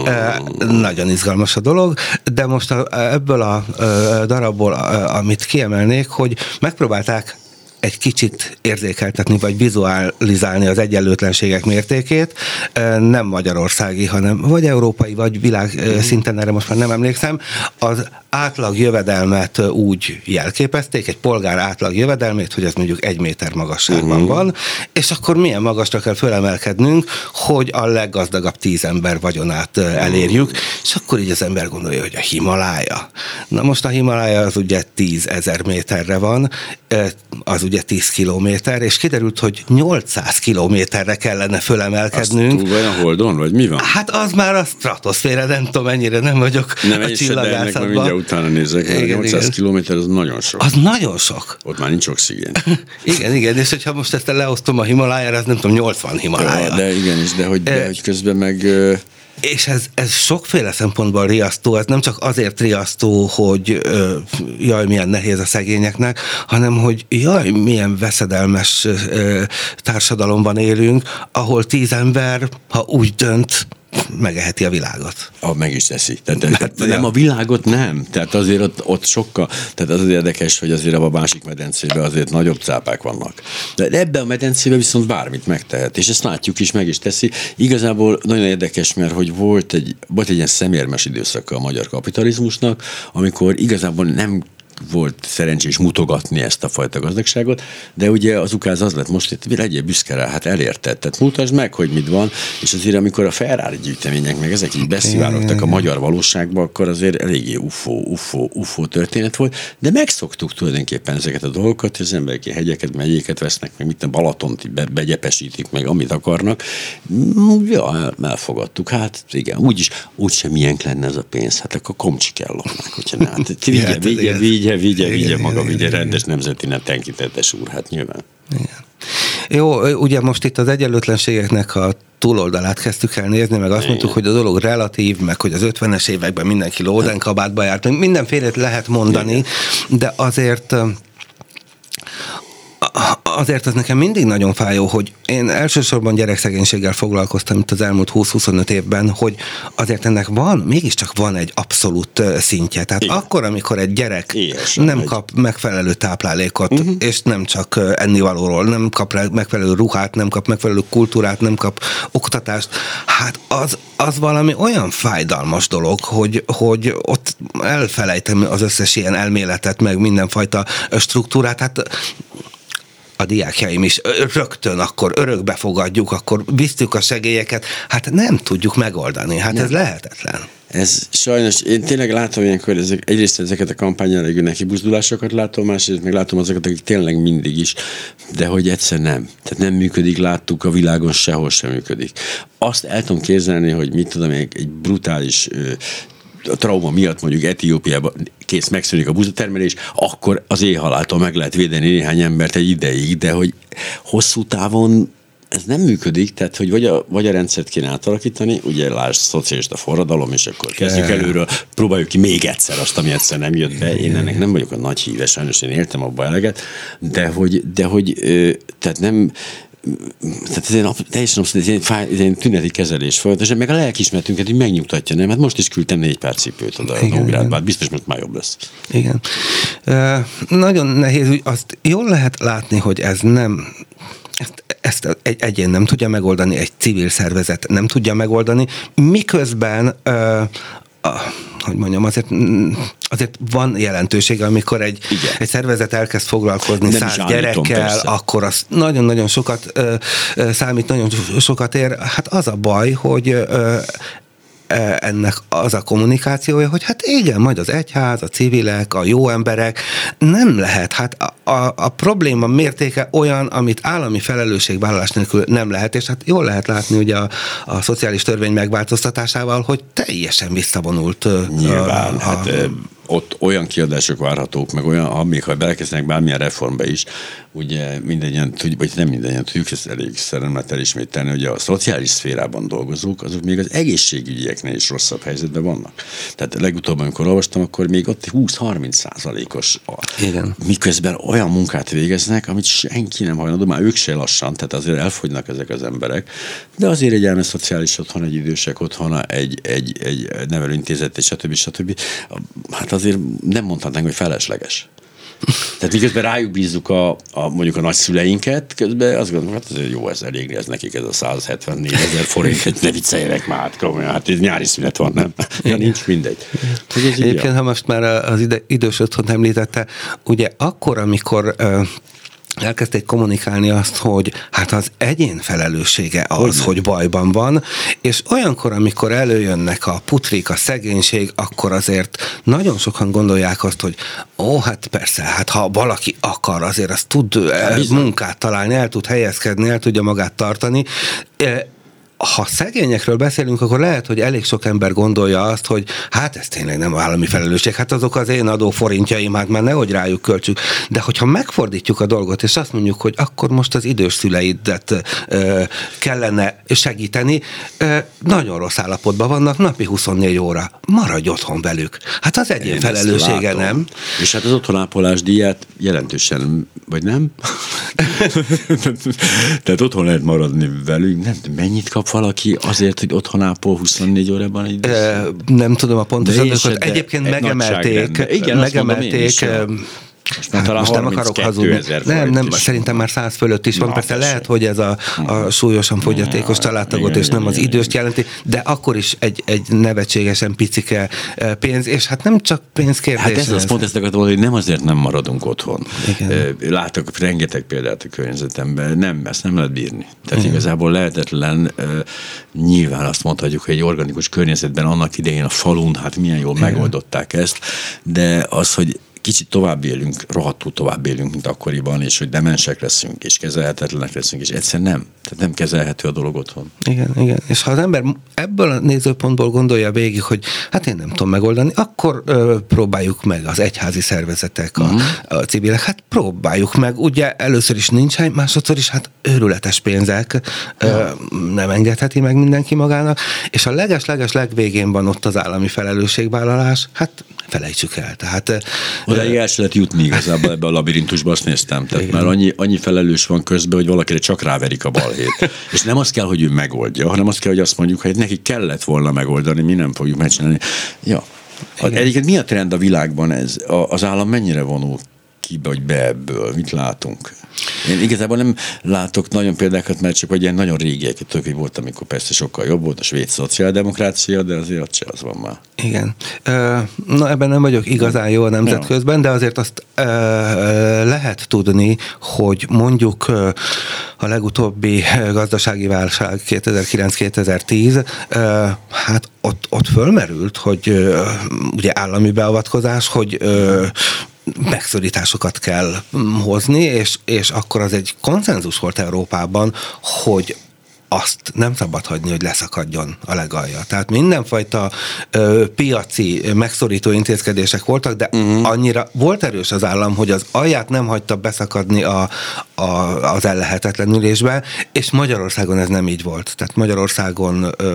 [SPEAKER 3] Mm. Nagyon izgalmas a dolog, de most a, ebből a, a darabból, a, amit kiemelnék, hogy megpróbálták egy kicsit érzékeltetni, vagy vizualizálni az egyenlőtlenségek mértékét, nem magyarországi, hanem vagy európai, vagy világ szinten, erre most már nem emlékszem, az átlag jövedelmet úgy jelképezték, egy polgár átlag jövedelmét, hogy ez mondjuk egy méter magasságban uh-huh. van, és akkor milyen magasra kell fölemelkednünk, hogy a leggazdagabb tíz ember vagyonát elérjük, és akkor így az ember gondolja, hogy a Himalája. Na most a Himalája az ugye tízezer méterre van, az ugye tíz kilométer, és kiderült, hogy nyolcszáz kilométerre kellene fölemelkednünk.
[SPEAKER 2] Azt túl vagy a Holdon, vagy mi van?
[SPEAKER 3] Hát az már a stratoszféra, nem tudom, ennyire nem vagyok nem a csillagászatban.
[SPEAKER 2] Utána nézek, igen, nyolcszáz kilométer az nagyon sok.
[SPEAKER 3] Az nagyon sok.
[SPEAKER 2] Ott már nincs oxigén.
[SPEAKER 3] igen, igen, és hogyha most ezt leosztom a Himalájára, az nem tudom, nyolcvan Himalája.
[SPEAKER 2] Ja, de igenis, de hogy, de, hogy közben meg...
[SPEAKER 3] És ez, ez sokféle szempontból riasztó, ez nem csak azért riasztó, hogy ö, jaj, milyen nehéz a szegényeknek, hanem hogy jaj, milyen veszedelmes ö, társadalomban élünk, ahol tíz ember, ha úgy dönt, megeheti a világot.
[SPEAKER 2] Ah, meg is teszi. Tehát, hát, nem a világot nem. Tehát azért ott, ott sokkal, tehát az, az érdekes, hogy azért a másik medencében azért nagyobb cápák vannak. De ebben a medencében viszont bármit megtehet, és ezt látjuk is, meg is teszi. Igazából nagyon érdekes, mert hogy volt egy, volt egy ilyen szemérmes időszaka a magyar kapitalizmusnak, amikor igazából nem volt szerencsés mutogatni ezt a fajta gazdagságot, de ugye az ukáz az lett most, hogy legyél büszke rá, hát elérted, tehát mutasd meg, hogy mit van, és azért amikor a Ferrari gyűjtemények, meg ezek így beszivárogtak a magyar valóságba, akkor azért eléggé ufó, ufó, ufó történet volt, de megszoktuk tulajdonképpen ezeket a dolgokat, hogy az emberek hegyeket, megyéket vesznek, meg mit a Balatont be, begyepesítik, meg amit akarnak. Ja, elfogadtuk, hát igen, úgyis, úgysem milyenk lenne ez a pénz, hát akkor komcsi kell lopnák, hogyha ne, hát vigye, vigye, vigye, vigye, vigye maga, vigye, rendes nemzeti nem tenkitetes úr, hát nyilván.
[SPEAKER 3] Igen. Jó, ugye most itt az egyenlőtlenségeknek a túloldalát kezdtük el nézni, meg azt Igen. mondtuk, hogy a dolog relatív, meg hogy az ötvenes években mindenki lódenkabátba járt, mindenfélét lehet mondani, Igen. de azért... Azért az nekem mindig nagyon fájó, hogy én elsősorban gyerekszegénységgel foglalkoztam itt az elmúlt húsz-huszonöt évben, hogy azért ennek van, mégiscsak van egy abszolút szintje. Tehát Igen. akkor, amikor egy gyerek Éjesen nem megy. kap megfelelő táplálékot, uh-huh. és nem csak ennivalóról, nem kap megfelelő ruhát, nem kap megfelelő kultúrát, nem kap oktatást, hát az, az valami olyan fájdalmas dolog, hogy, hogy ott elfelejtem az összes ilyen elméletet, meg mindenfajta struktúrát, hát a diákjaim is rögtön akkor örökbe fogadjuk, akkor biztjuk a segélyeket, hát nem tudjuk megoldani, hát nem. Ez lehetetlen.
[SPEAKER 2] Ez sajnos, én tényleg látom ilyenkor, ezek, egyrészt ezeket a kampányjellegű nekibuzdulásokat látom, másrészt meg látom azokat, akik tényleg mindig is, de hogy egyszer nem. Tehát nem működik, láttuk a világon, sehol sem működik. Azt el tudom képzelni, hogy mit tudom, egy, egy brutális a trauma miatt mondjuk Etiópiában kész megszűnik a búzatermelés, akkor az éhhaláltól meg lehet védeni néhány embert egy ideig, de hogy hosszú távon ez nem működik, tehát hogy vagy a, vagy a rendszert kéne átalakítani, ugye lásd, szocialista forradalom, és akkor kezdjük előről, próbáljuk ki még egyszer azt, ami egyszer nem jött be. Én ennek nem vagyok a nagy híve, sajnos én éltem abba eleget, de hogy, de hogy tehát nem tehát ez egy teljesen abszolút, ez egy, ez egy tüneti kezelés folyamatosan, meg a lelkiismeretünket így megnyugtatja, nem? Hát most is küldtem négy pár cipőt oda a Nógrádba, hát biztos, hogy már jobb lesz.
[SPEAKER 3] Igen. E, nagyon nehéz, azt jól lehet látni, hogy ez nem... Ezt, ezt egy egyén nem tudja megoldani, egy civil szervezet nem tudja megoldani, miközben ö, a, hogy mondjam, azért, azért van jelentősége, amikor egy, egy szervezet elkezd foglalkozni száz gyerekkel, persze. Akkor az nagyon-nagyon sokat ö, ö, számít, nagyon sokat ér. Hát az a baj, hogy ö, ennek az a kommunikációja, hogy hát igen, majd az egyház, a civilek, a jó emberek, nem lehet. Hát a, a, a probléma mértéke olyan, amit állami felelősségvállalás nélkül nem lehet, és hát jól lehet látni ugye a, a szociális törvény megváltoztatásával, hogy teljesen visszavonult.
[SPEAKER 2] Nyilván, a, a, hát ott olyan kiadások várhatók, meg olyan, ha még ha belekezdenek bármilyen reformba is, ugye mindannyian tudjuk, vagy nem mindannyian tudjuk, ezt elég szerelmet elismételni, hogy a szociális szférában dolgozók, azok még az egészségügyieknél is rosszabb helyzetben vannak. Tehát legutóbb, amikor olvastam, akkor még ott húsz-harminc százalékos a, miközben olyan munkát végeznek, amit senki nem hajlandó, már ők se lassan, tehát azért elfogynak ezek az emberek, de azért egy elme szociális otthon, egy idősek otthona, egy, egy, egy nevelőintézet, és stb. stb. Hát azért nem mondhatnánk, hogy felesleges. Tehát miközben rájuk bízzuk a, a mondjuk a nagyszüleinket, közben azt gondolom, hát ez jó, ez elég, ez nekik ez a száz hetvennégy ezer forint, ne vicceljenek már, hát komolyan, hát ez nyári szünet van, nem? Ja, nincs mindegy.
[SPEAKER 3] Egyébként, ha most már az ide, idős otthont említette, ugye akkor, amikor uh, elkezdték kommunikálni azt, hogy hát az egyén felelőssége az, hogy, hogy bajban van, és olyankor, amikor előjönnek a putrik, a szegénység, akkor azért nagyon sokan gondolják azt, hogy ó, hát persze, hát ha valaki akar, azért azt tud hát, munkát találni, el tud helyezkedni, el tudja magát tartani. Ha szegényekről beszélünk, akkor lehet, hogy elég sok ember gondolja azt, hogy hát ez tényleg nem állami felelősség, hát azok az én adóforintjaim, hát már nehogy rájuk költsük. De hogyha megfordítjuk a dolgot, és azt mondjuk, hogy akkor most az idős szüleidet ö, kellene segíteni, ö, nagyon rossz állapotban vannak, napi huszonnégy óra, maradj otthon velük. Hát az egyén én felelőssége, nem?
[SPEAKER 2] És hát az otthonápolás díját jelentősen, vagy nem? Tehát otthon lehet maradni velük, nem mennyit kap valaki azért, hogy otthon ápol huszonnégy órában egy
[SPEAKER 3] e, nem tudom a pontos adatokat. Egyébként megemelték,
[SPEAKER 2] igen,
[SPEAKER 3] megemelték,
[SPEAKER 2] most, hát most nem akarok hazudni.
[SPEAKER 3] Nem, nem, szerintem már száz fölött is van. Na, persze lehet, hogy ez a, a súlyosan fogyatékos családtagot, és nem az időst jelenti, de akkor is egy, egy nevetségesen picike pénz, és hát nem csak pénzkérdés.
[SPEAKER 2] Hát ez az pont ezt akartam mondani, hogy nem azért nem maradunk otthon. Igen. Látok rengeteg példát a környezetemben, nem, ezt nem lehet bírni. Tehát igen. Igazából lehetetlen, nyilván azt mondhatjuk, hogy egy organikus környezetben annak idején a falun, hát milyen jól igen. megoldották ezt, de az, hogy kicsit tovább élünk, rohadtul tovább élünk, mint akkoriban, és hogy demensek leszünk, és kezelhetetlenek leszünk, és egyszer nem. Tehát nem kezelhető a dolog otthon.
[SPEAKER 3] Igen, igen. És ha az ember ebből a nézőpontból gondolja végig, hogy hát én nem tudom megoldani, akkor ö, próbáljuk meg az egyházi szervezetek, a, uh-huh. a civilek, hát próbáljuk meg. Ugye először is nincs hely, másodszor is hát őrületes pénzek, ja. ö, nem engedheti meg mindenki magának, és a leges-leges legvégén van ott az állami felelősségvállalás, hát felejtsük el. Tehát
[SPEAKER 2] odáig el se lehet jutni igazából ebbe a labirintusba, azt néztem. Tehát már annyi, annyi felelős van közben, hogy valakire csak ráverik a balhét. És nem az kell, hogy ő megoldja, hanem azt kell, hogy azt mondjuk, hogy neki kellett volna megoldani, mi nem fogjuk megcsinálni. Ja. Egyébként mi a trend a világban ez? Az állam mennyire vonul ki, vagy be ebből? Mit látunk? Én igazából nem látok nagyon példákat, mert csak hogy ilyen nagyon régiek, többi volt, amikor persze sokkal jobb volt a svéd szociáldemokrácia, de azért ott se az van már.
[SPEAKER 3] Igen. Na ebben nem vagyok igazán jó a nemzetközben, de azért azt lehet tudni, hogy mondjuk a legutóbbi gazdasági válság kétezer-kilenc kétezer-tíz, hát ott, ott fölmerült, hogy ugye állami beavatkozás, hogy megszorításokat kell hozni, és, és akkor az egy konszenzus volt Európában, hogy azt nem szabad hagyni, hogy leszakadjon a legalja. Tehát mindenfajta ö, piaci megszorító intézkedések voltak, de uh-huh. annyira volt erős az állam, hogy az alját nem hagyta beszakadni a, a, az ellehetetlenülésbe, és Magyarországon ez nem így volt. Tehát Magyarországon ö,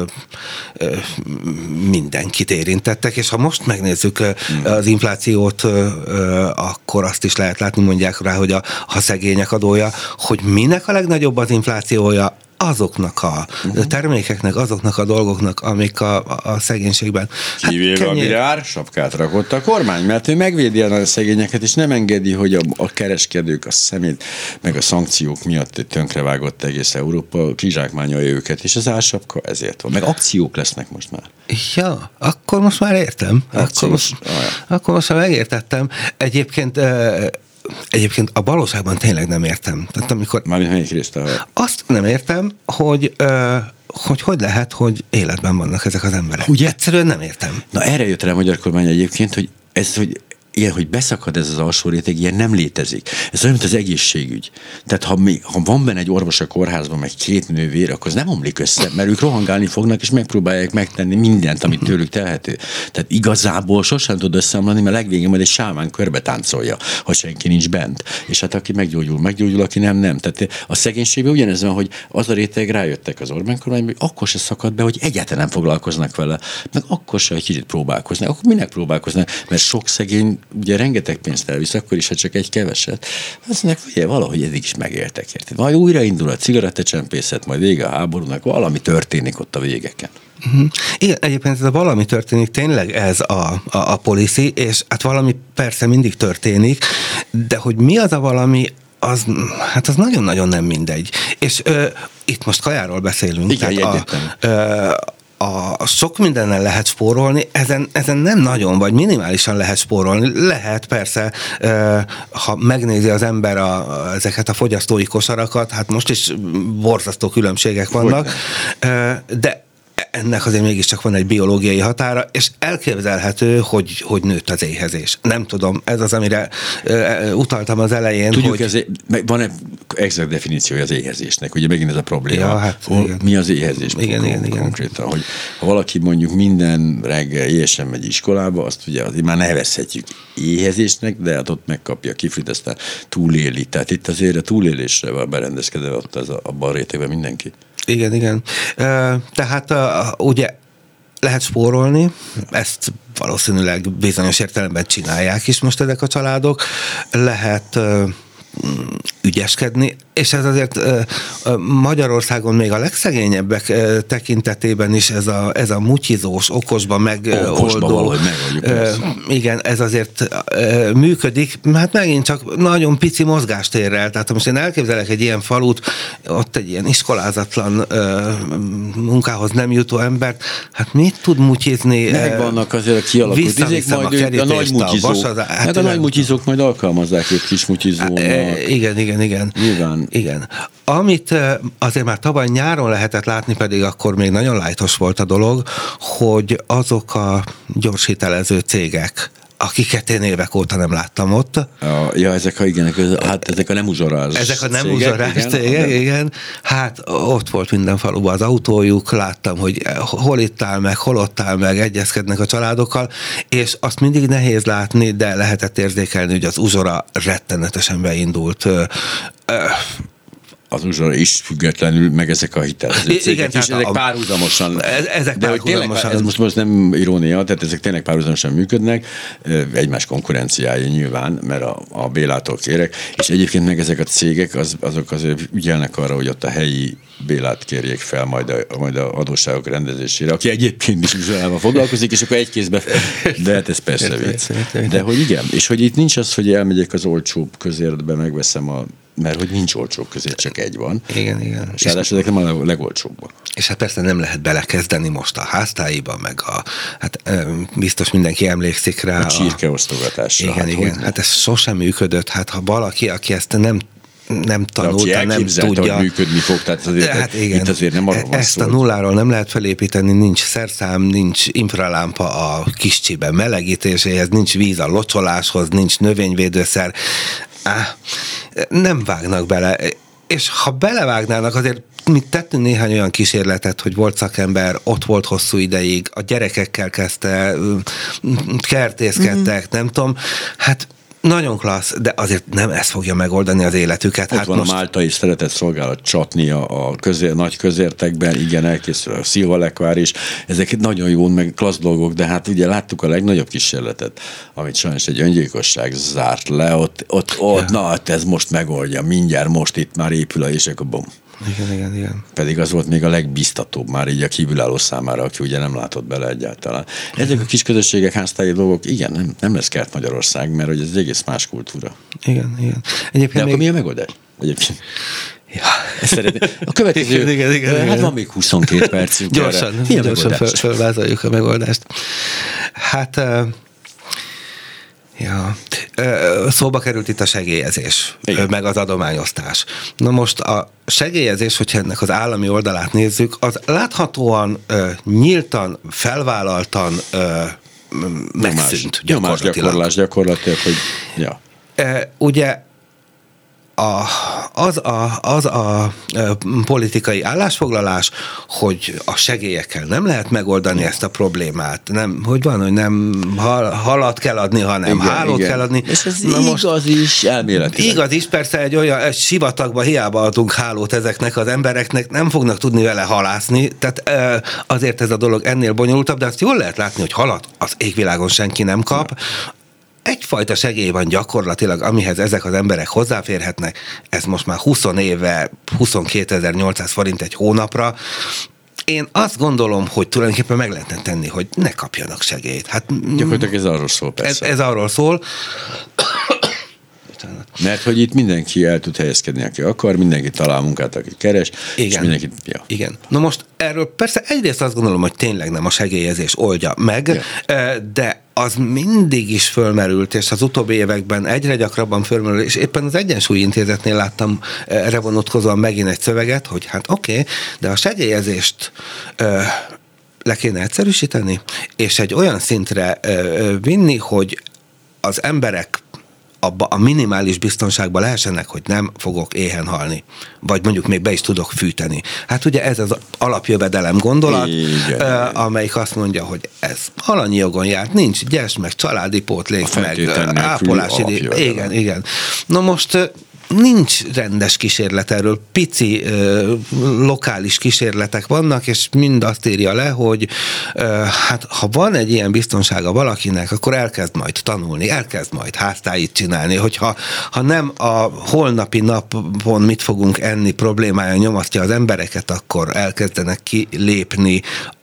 [SPEAKER 3] ö, mindenkit érintettek, és ha most megnézzük ö, az inflációt, ö, ö, akkor azt is lehet látni, mondják rá, hogy a, a szegények adója, hogy minek a legnagyobb az inflációja, azoknak a uh-huh. termékeknek, azoknak a dolgoknak, amik a, a, a szegénységben...
[SPEAKER 2] Kivéve hát, amire ársapkát rakott a kormány, mert ő megvédi a szegényeket, és nem engedi, hogy a, a kereskedők, a szemét, meg a szankciók miatt tönkrevágott egész Európa, kizsákmányolja őket, és az ársapka ezért van. Meg akciók lesznek most már.
[SPEAKER 3] Ja, akkor most már értem. Akkor most, akkor most már megértettem. Egyébként... Egyébként a valóságban tényleg nem értem. Tehát amikor...
[SPEAKER 2] Mármint melyik részt?
[SPEAKER 3] Azt nem értem, hogy, ö, hogy hogy lehet, hogy életben vannak ezek az emberek. Ugye? Egyszerűen nem értem.
[SPEAKER 2] Na erre jött rá a magyar kormány egyébként, hogy ez, hogy ilyen, hogy beszakad ez az alsó réteg, ilyen nem létezik. Ez olyan, mint az egészségügy. Tehát ha, mi, ha van benne egy orvos a kórházban, meg két nővér, akkor az nem omlik össze, mert ők rohangálni fognak, és megpróbálják megtenni mindent, amit tőlük telhető. Tehát igazából sosem tud összeomlani, mert legvégén majd egy sámán körbe táncolja, ha senki nincs bent. És hát aki meggyógyul, meggyógyul, aki nem, nem. Tehát a szegénységben ugyanez van, hogy az a réteg rájöttek az Orbán kormányban, hogy akkor se szakad be, hogy egyáltalán nem foglalkoznak vele, meg akkor se, hogy kicsit próbálkoznak. Akkor minek próbálkoznak? Mert sok szegény ugye rengeteg pénzt elvisz, akkor is, ha csak egy keveset. Azt mondják, hogy valahogy eddig is megéltek, érted? Majd újraindul a cigarettacsempészet, majd vége a háborúnak, valami történik ott a végeken.
[SPEAKER 3] Uh-huh. Igen, egyébként ez a valami történik, tényleg ez a, a, a policy, és hát valami persze mindig történik, de hogy mi az a valami, az, hát az nagyon-nagyon nem mindegy. És ö, itt most kajáról beszélünk.
[SPEAKER 2] Igen,
[SPEAKER 3] tehát a, ö, a sok mindennel lehet spórolni, ezen, ezen nem nagyon, vagy minimálisan lehet spórolni. Lehet persze, ha megnézi az ember a, ezeket a fogyasztói kosarakat, hát most is borzasztó különbségek vannak, de ennek azért mégiscsak van egy biológiai határa, és elképzelhető, hogy, hogy nőtt az éhezés. Nem tudom, ez az, amire uh, utaltam az elején.
[SPEAKER 2] Tudjuk,
[SPEAKER 3] hogy...
[SPEAKER 2] ez, van-e exakt definíciója az éhezésnek? Ugye megint ez a probléma.
[SPEAKER 3] Ja, hát,
[SPEAKER 2] Hol, mi az éhezés?
[SPEAKER 3] Igen, igen, igen.
[SPEAKER 2] Konkrétan, hogy ha valaki mondjuk minden reggel éhesen megy iskolába, azt ugye azért már nevezhetjük éhezésnek, de hát ott megkapja a kiflit, aztán túléli. Tehát itt azért a túlélésre van berendezkedve ott az a, abban a rétegben mindenki.
[SPEAKER 3] Igen, igen. Tehát ugye lehet spórolni, ezt valószínűleg bizonyos értelemben csinálják is most ezek a családok, lehet ügyeskedni, és ez azért Magyarországon még a legszegényebbek tekintetében is ez a, ez a mutyizós, okosba megoldó. Igen, ez azért működik, hát megint csak nagyon pici mozgástérrel, tehát most én elképzelek egy ilyen falut, ott egy ilyen iskolázatlan munkához nem jutó embert, hát mit tud mutyizni?
[SPEAKER 2] Megvannak azért a kialakult, ezek majd a, a nagy mutyizók, a, hát hát a nagy mutyizók majd alkalmazzák egy kis mutyizónak.
[SPEAKER 3] Igen, igen, igen.
[SPEAKER 2] Nyilván.
[SPEAKER 3] Igen. Amit azért már tavaly nyáron lehetett látni, pedig akkor még nagyon lájtos volt a dolog, hogy azok a gyorshitelező cégek, akiket én évek óta nem láttam ott.
[SPEAKER 2] A, ja, ezek a, igen, hát ezek a nem uzsorás
[SPEAKER 3] Ezek a nem uzsorás cégek, igen, igen. Hát ott volt minden faluban az autójuk, láttam, hogy hol itt áll meg, hol ott áll meg, egyezkednek a családokkal, és azt mindig nehéz látni, de lehetett érzékelni, hogy az uzsora rettenetesen beindult.
[SPEAKER 2] Az uzsora is függetlenül, meg ezek a hitelező cégek is, ezek a, párhuzamosan.
[SPEAKER 3] Ezek
[SPEAKER 2] de
[SPEAKER 3] párhuzamosan.
[SPEAKER 2] Tényleg, ez most, most nem irónia, tehát ezek tényleg párhuzamosan működnek, egymás konkurenciája nyilván, mert a, a Bélától kérek, és egyébként meg ezek a cégek, az, azok azért ügyelnek arra, hogy ott a helyi Bélát kérjék fel majd a, majd a adósságok rendezésére, aki egyébként is uzsorával foglalkozik, és akkor egy kézbe, de hát ez persze vicc. De hogy igen, és hogy itt nincs az, hogy elmegyek az olcsóbb közértbe, megveszem a mert hogy nincs olcsó közé, csak egy van.
[SPEAKER 3] Igen, igen.
[SPEAKER 2] És ráadásul ezek nem a legolcsóbbak.
[SPEAKER 3] És hát persze nem lehet belekezdeni most a háztáiba, meg a, hát biztos mindenki emlékszik rá.
[SPEAKER 2] A csirkeosztogatásra.
[SPEAKER 3] Igen, hát igen. Hogy? Hát ez sosem működött. Hát ha valaki, aki ezt nem nem tanulta, nem tudja.
[SPEAKER 2] Hogy működni fog, tehát azért,
[SPEAKER 3] hát igen,
[SPEAKER 2] itt azért nem arról van
[SPEAKER 3] ezt
[SPEAKER 2] szó.
[SPEAKER 3] a nulláról nem lehet felépíteni, nincs szerszám, nincs infralámpa a kis csibe melegítéséhez, nincs víz a locsoláshoz, nincs növényvédőszer. Á, nem vágnak bele, és ha belevágnának, azért mi tettünk néhány olyan kísérletet, hogy volt szakember, ott volt hosszú ideig, a gyerekekkel kezdte, kertészkedtek, mm. nem tudom, hát nagyon klassz, de azért nem ez fogja megoldani az életüket.
[SPEAKER 2] Ott
[SPEAKER 3] hát
[SPEAKER 2] van
[SPEAKER 3] most...
[SPEAKER 2] a máltai szeretett szolgálat csatni a, a közér, nagy közértekben, igen, elkészül a szilvalekvár is. Ezek nagyon jó, meg klassz dolgok, de hát ugye láttuk a legnagyobb kísérletet, amit sajnos egy öngyilkosság zárt le, ott, ott, ott ja. Na, hát ez most megoldja, mindjárt most itt már épül a, és akkor bom.
[SPEAKER 3] Igen, igen, igen.
[SPEAKER 2] Pedig az volt még a legbiztatóbb már így a kívülálló számára, aki ugye nem látott bele egyáltalán. Ezek a kis közösségek, háztáji dolgok, igen, nem, nem lesz kert Magyarország, mert hogy ez egy egész más kultúra.
[SPEAKER 3] Igen, igen. Egyébként
[SPEAKER 2] de
[SPEAKER 3] még...
[SPEAKER 2] akkor mi a megoldás? Egyébként.
[SPEAKER 3] Ja.
[SPEAKER 2] A következő,
[SPEAKER 3] igen, igen, igen,
[SPEAKER 2] hát
[SPEAKER 3] igen.
[SPEAKER 2] van még huszonkét percünk.
[SPEAKER 3] Gyorsan, gyorsan föl, fölvázoljuk a megoldást. Hát... Uh... Ja, szóba került itt a segélyezés, igen, meg az adományosztás. Na most a segélyezés, hogyha ennek az állami oldalát nézzük, az láthatóan, nyíltan, felvállaltan megszűnt
[SPEAKER 2] gyakorlatilag. Nyomásgyakorlás gyakorlatilag, hogy ja.
[SPEAKER 3] Ugye A, az, a, az a politikai állásfoglalás, hogy a segélyekkel nem lehet megoldani ezt a problémát. Nem, hogy van, hogy nem hal, halat kell adni, hanem igen, hálót igen. kell adni.
[SPEAKER 2] És ez Na igaz most, is elméletileg.
[SPEAKER 3] Igaz is, persze egy olyan egy sivatagba hiába adunk hálót ezeknek az embereknek, nem fognak tudni vele halászni, tehát azért ez a dolog ennél bonyolultabb, de azt jól lehet látni, hogy halat az égvilágon senki nem kap. Ja. Egyfajta segély van gyakorlatilag, amihez ezek az emberek hozzáférhetnek. Ez most már húsz éve, huszonkétezer-nyolcszáz forint egy hónapra. Én azt gondolom, hogy tulajdonképpen meg lehetne tenni, hogy ne kapjanak segélyt. Hát,
[SPEAKER 2] gyakorlatilag ez arról szól, persze.
[SPEAKER 3] Ez, ez arról szól.
[SPEAKER 2] Mert hogy itt mindenki el tud helyezkedni, aki akar, mindenki talál munkát, aki keres, igen. És mindenki... Ja.
[SPEAKER 3] Igen. Na most erről persze egyrészt azt gondolom, hogy tényleg nem a segélyezés oldja meg, ja. de az mindig is fölmerült, és az utóbbi években egyre gyakrabban fölmerül, és éppen az Egyensúly Intézetnél láttam erre vonatkozóan megint egy szöveget, hogy hát oké, okay, de a segélyezést ö, le kéne egyszerűsíteni, és egy olyan szintre ö, vinni, hogy az emberek abba a minimális biztonságban lehessenek, hogy nem fogok éhen halni. Vagy mondjuk még be is tudok fűteni. Hát ugye ez az alapjövedelem gondolat, igen, uh, amelyik azt mondja, hogy ez alanyi jogon járt, nincs gyes, meg családi pótlék, meg ápolási díj. Igen, igen. Na most nincs rendes kísérlet erről, pici ö, lokális kísérletek vannak, és mind azt írja le, hogy ö, hát ha van egy ilyen biztonsága valakinek, akkor elkezd majd tanulni, elkezd majd háztáit csinálni, hogyha ha nem a holnapi napon mit fogunk enni problémája nyomasztja az embereket, akkor elkezdenek kilépni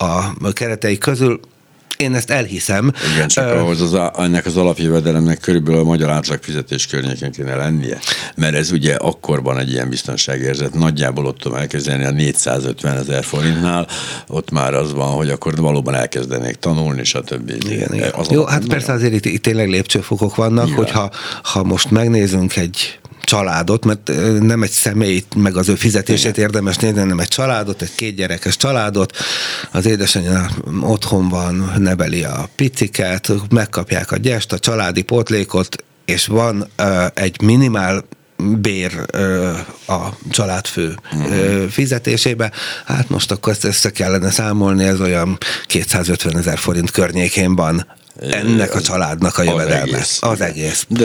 [SPEAKER 3] a keretei közül. Én ezt elhiszem.
[SPEAKER 2] Igen, csak uh, ahhoz az, ennek az alapjövedelemnek körülbelül a magyar átlagfizetés környékén kéne lennie, mert ez ugye akkorban egy ilyen biztonságérzet, nagyjából ott tudom elkezdeni a négyszázötven ezer forintnál, ott már az van, hogy akkor valóban elkezdenék tanulni, stb.
[SPEAKER 3] Igen, igen. Jó, hát persze azért itt, itt tényleg lépcsőfokok vannak, igen. Hogyha ha most megnézünk egy családot, mert nem egy személyt, meg az ő fizetését érdemes nézni, hanem egy családot, egy kétgyerekes családot, az édesanyja otthon van, neveli a piciket, megkapják a gyest, a családi pótlékot, és van uh, egy minimál bér uh, a családfő uh, fizetésébe, hát most akkor ezt össze kellene számolni, ez olyan kétszázötven ezer forint környékén van ennek a családnak a jövedelme. Az egész. Az egész.
[SPEAKER 2] De,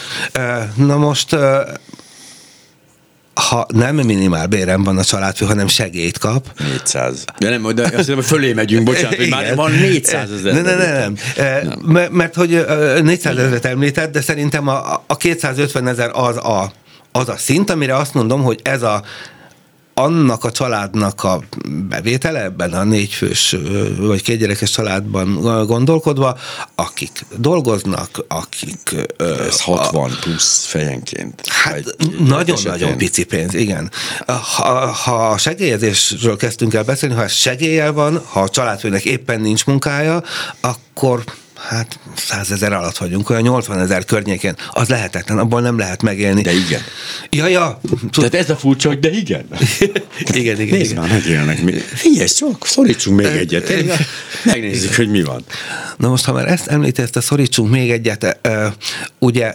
[SPEAKER 3] de. Na most, ha nem minimál bérem van a családfő, hanem segélyt kap.
[SPEAKER 2] négyszáz. De nem, de azt hiszem, hogy fölé megyünk, bocsánat, hogy már van négyszázezer.
[SPEAKER 3] Nem, nem, nem. nem. Mert hogy négyszázezret említett, de szerintem a, a kétszázötven ezer az a, az a szint, amire azt mondom, hogy ez a annak a családnak a bevétele ebben a négyfős vagy kétgyerekes családban gondolkodva, akik dolgoznak, akik...
[SPEAKER 2] Ez hatvan plusz fejenként.
[SPEAKER 3] Hát nagyon-nagyon pici pénz, igen. Ha, ha a segélyezésről kezdtünk el beszélni, ha ez segéllyel van, ha a családfőnek éppen nincs munkája, akkor... Hát százezer alatt vagyunk, olyan nyolcvanezer környékén. Az lehetetlen, abból nem lehet megélni.
[SPEAKER 2] De igen.
[SPEAKER 3] Ja, ja.
[SPEAKER 2] Tehát ez a furcsa, hogy de igen.
[SPEAKER 3] igen, igen.
[SPEAKER 2] Nézd már, megélnek. Figyelj, csak szorítsunk még egyet. Megnézzük, hogy mi van.
[SPEAKER 3] Na most, ha már ezt említette, szorítsunk még egyet. Ugye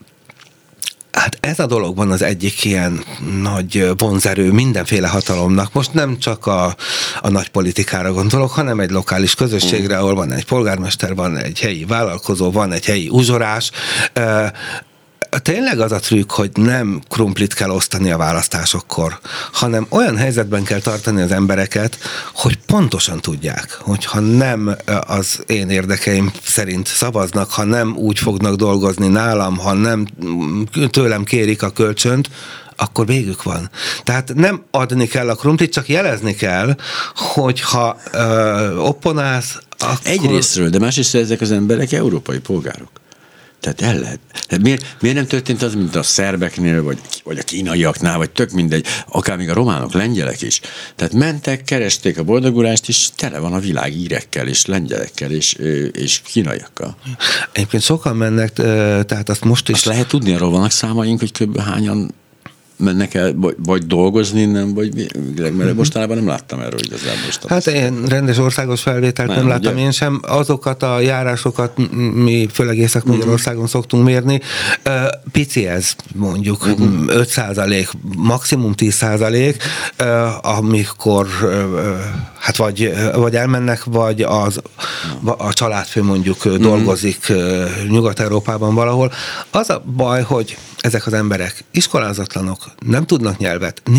[SPEAKER 3] hát ez a dologban az egyik ilyen nagy vonzerő mindenféle hatalomnak. Most nem csak a, a nagy politikára gondolok, hanem egy lokális közösségre, ahol van egy polgármester, van egy helyi vállalkozó, van egy helyi uzsorás. Tényleg az a trükk, hogy nem krumplit kell osztani a választásokkor, hanem olyan helyzetben kell tartani az embereket, hogy pontosan tudják, hogyha nem az én érdekeim szerint szavaznak, ha nem úgy fognak dolgozni nálam, ha nem tőlem kérik a kölcsönt, akkor végük van. Tehát nem adni kell a krumplit, csak jelezni kell, hogyha ö, opponálsz, akkor...
[SPEAKER 2] Egyrésztről, de másrészt ezek az emberek európai polgárok. Tehát el lehet. Tehát miért, miért nem történt az, mint a szerbeknél, vagy, vagy a kínaiaknál, vagy tök mindegy, akár még a románok, lengyelek is. Tehát mentek, keresték a boldogulást, és tele van a világ írekkel, és lengyelekkel, és, és kínaiakkal.
[SPEAKER 3] Egyébként sokan mennek, tehát azt most is...
[SPEAKER 2] Azt lehet tudni, arról vannak számaink, hogy kb. Hányan mennek el, vagy, vagy dolgozni innen, vagy mert mostanában nem láttam erről igazából.
[SPEAKER 3] Hát én rendes országos felvételt nem, nem láttam ugye? Én sem. Azokat a járásokat mi főleg Észak-Magyarországon uh-huh. szoktunk mérni. Pici ez mondjuk uh-huh. öt százalék, maximum tíz százalék, amikor hát vagy, vagy elmennek, vagy az, a családfő mondjuk uh-huh. dolgozik Nyugat-Európában valahol. Az a baj, hogy ezek az emberek iskolázatlanok, nem tudnak nyelvet, nincs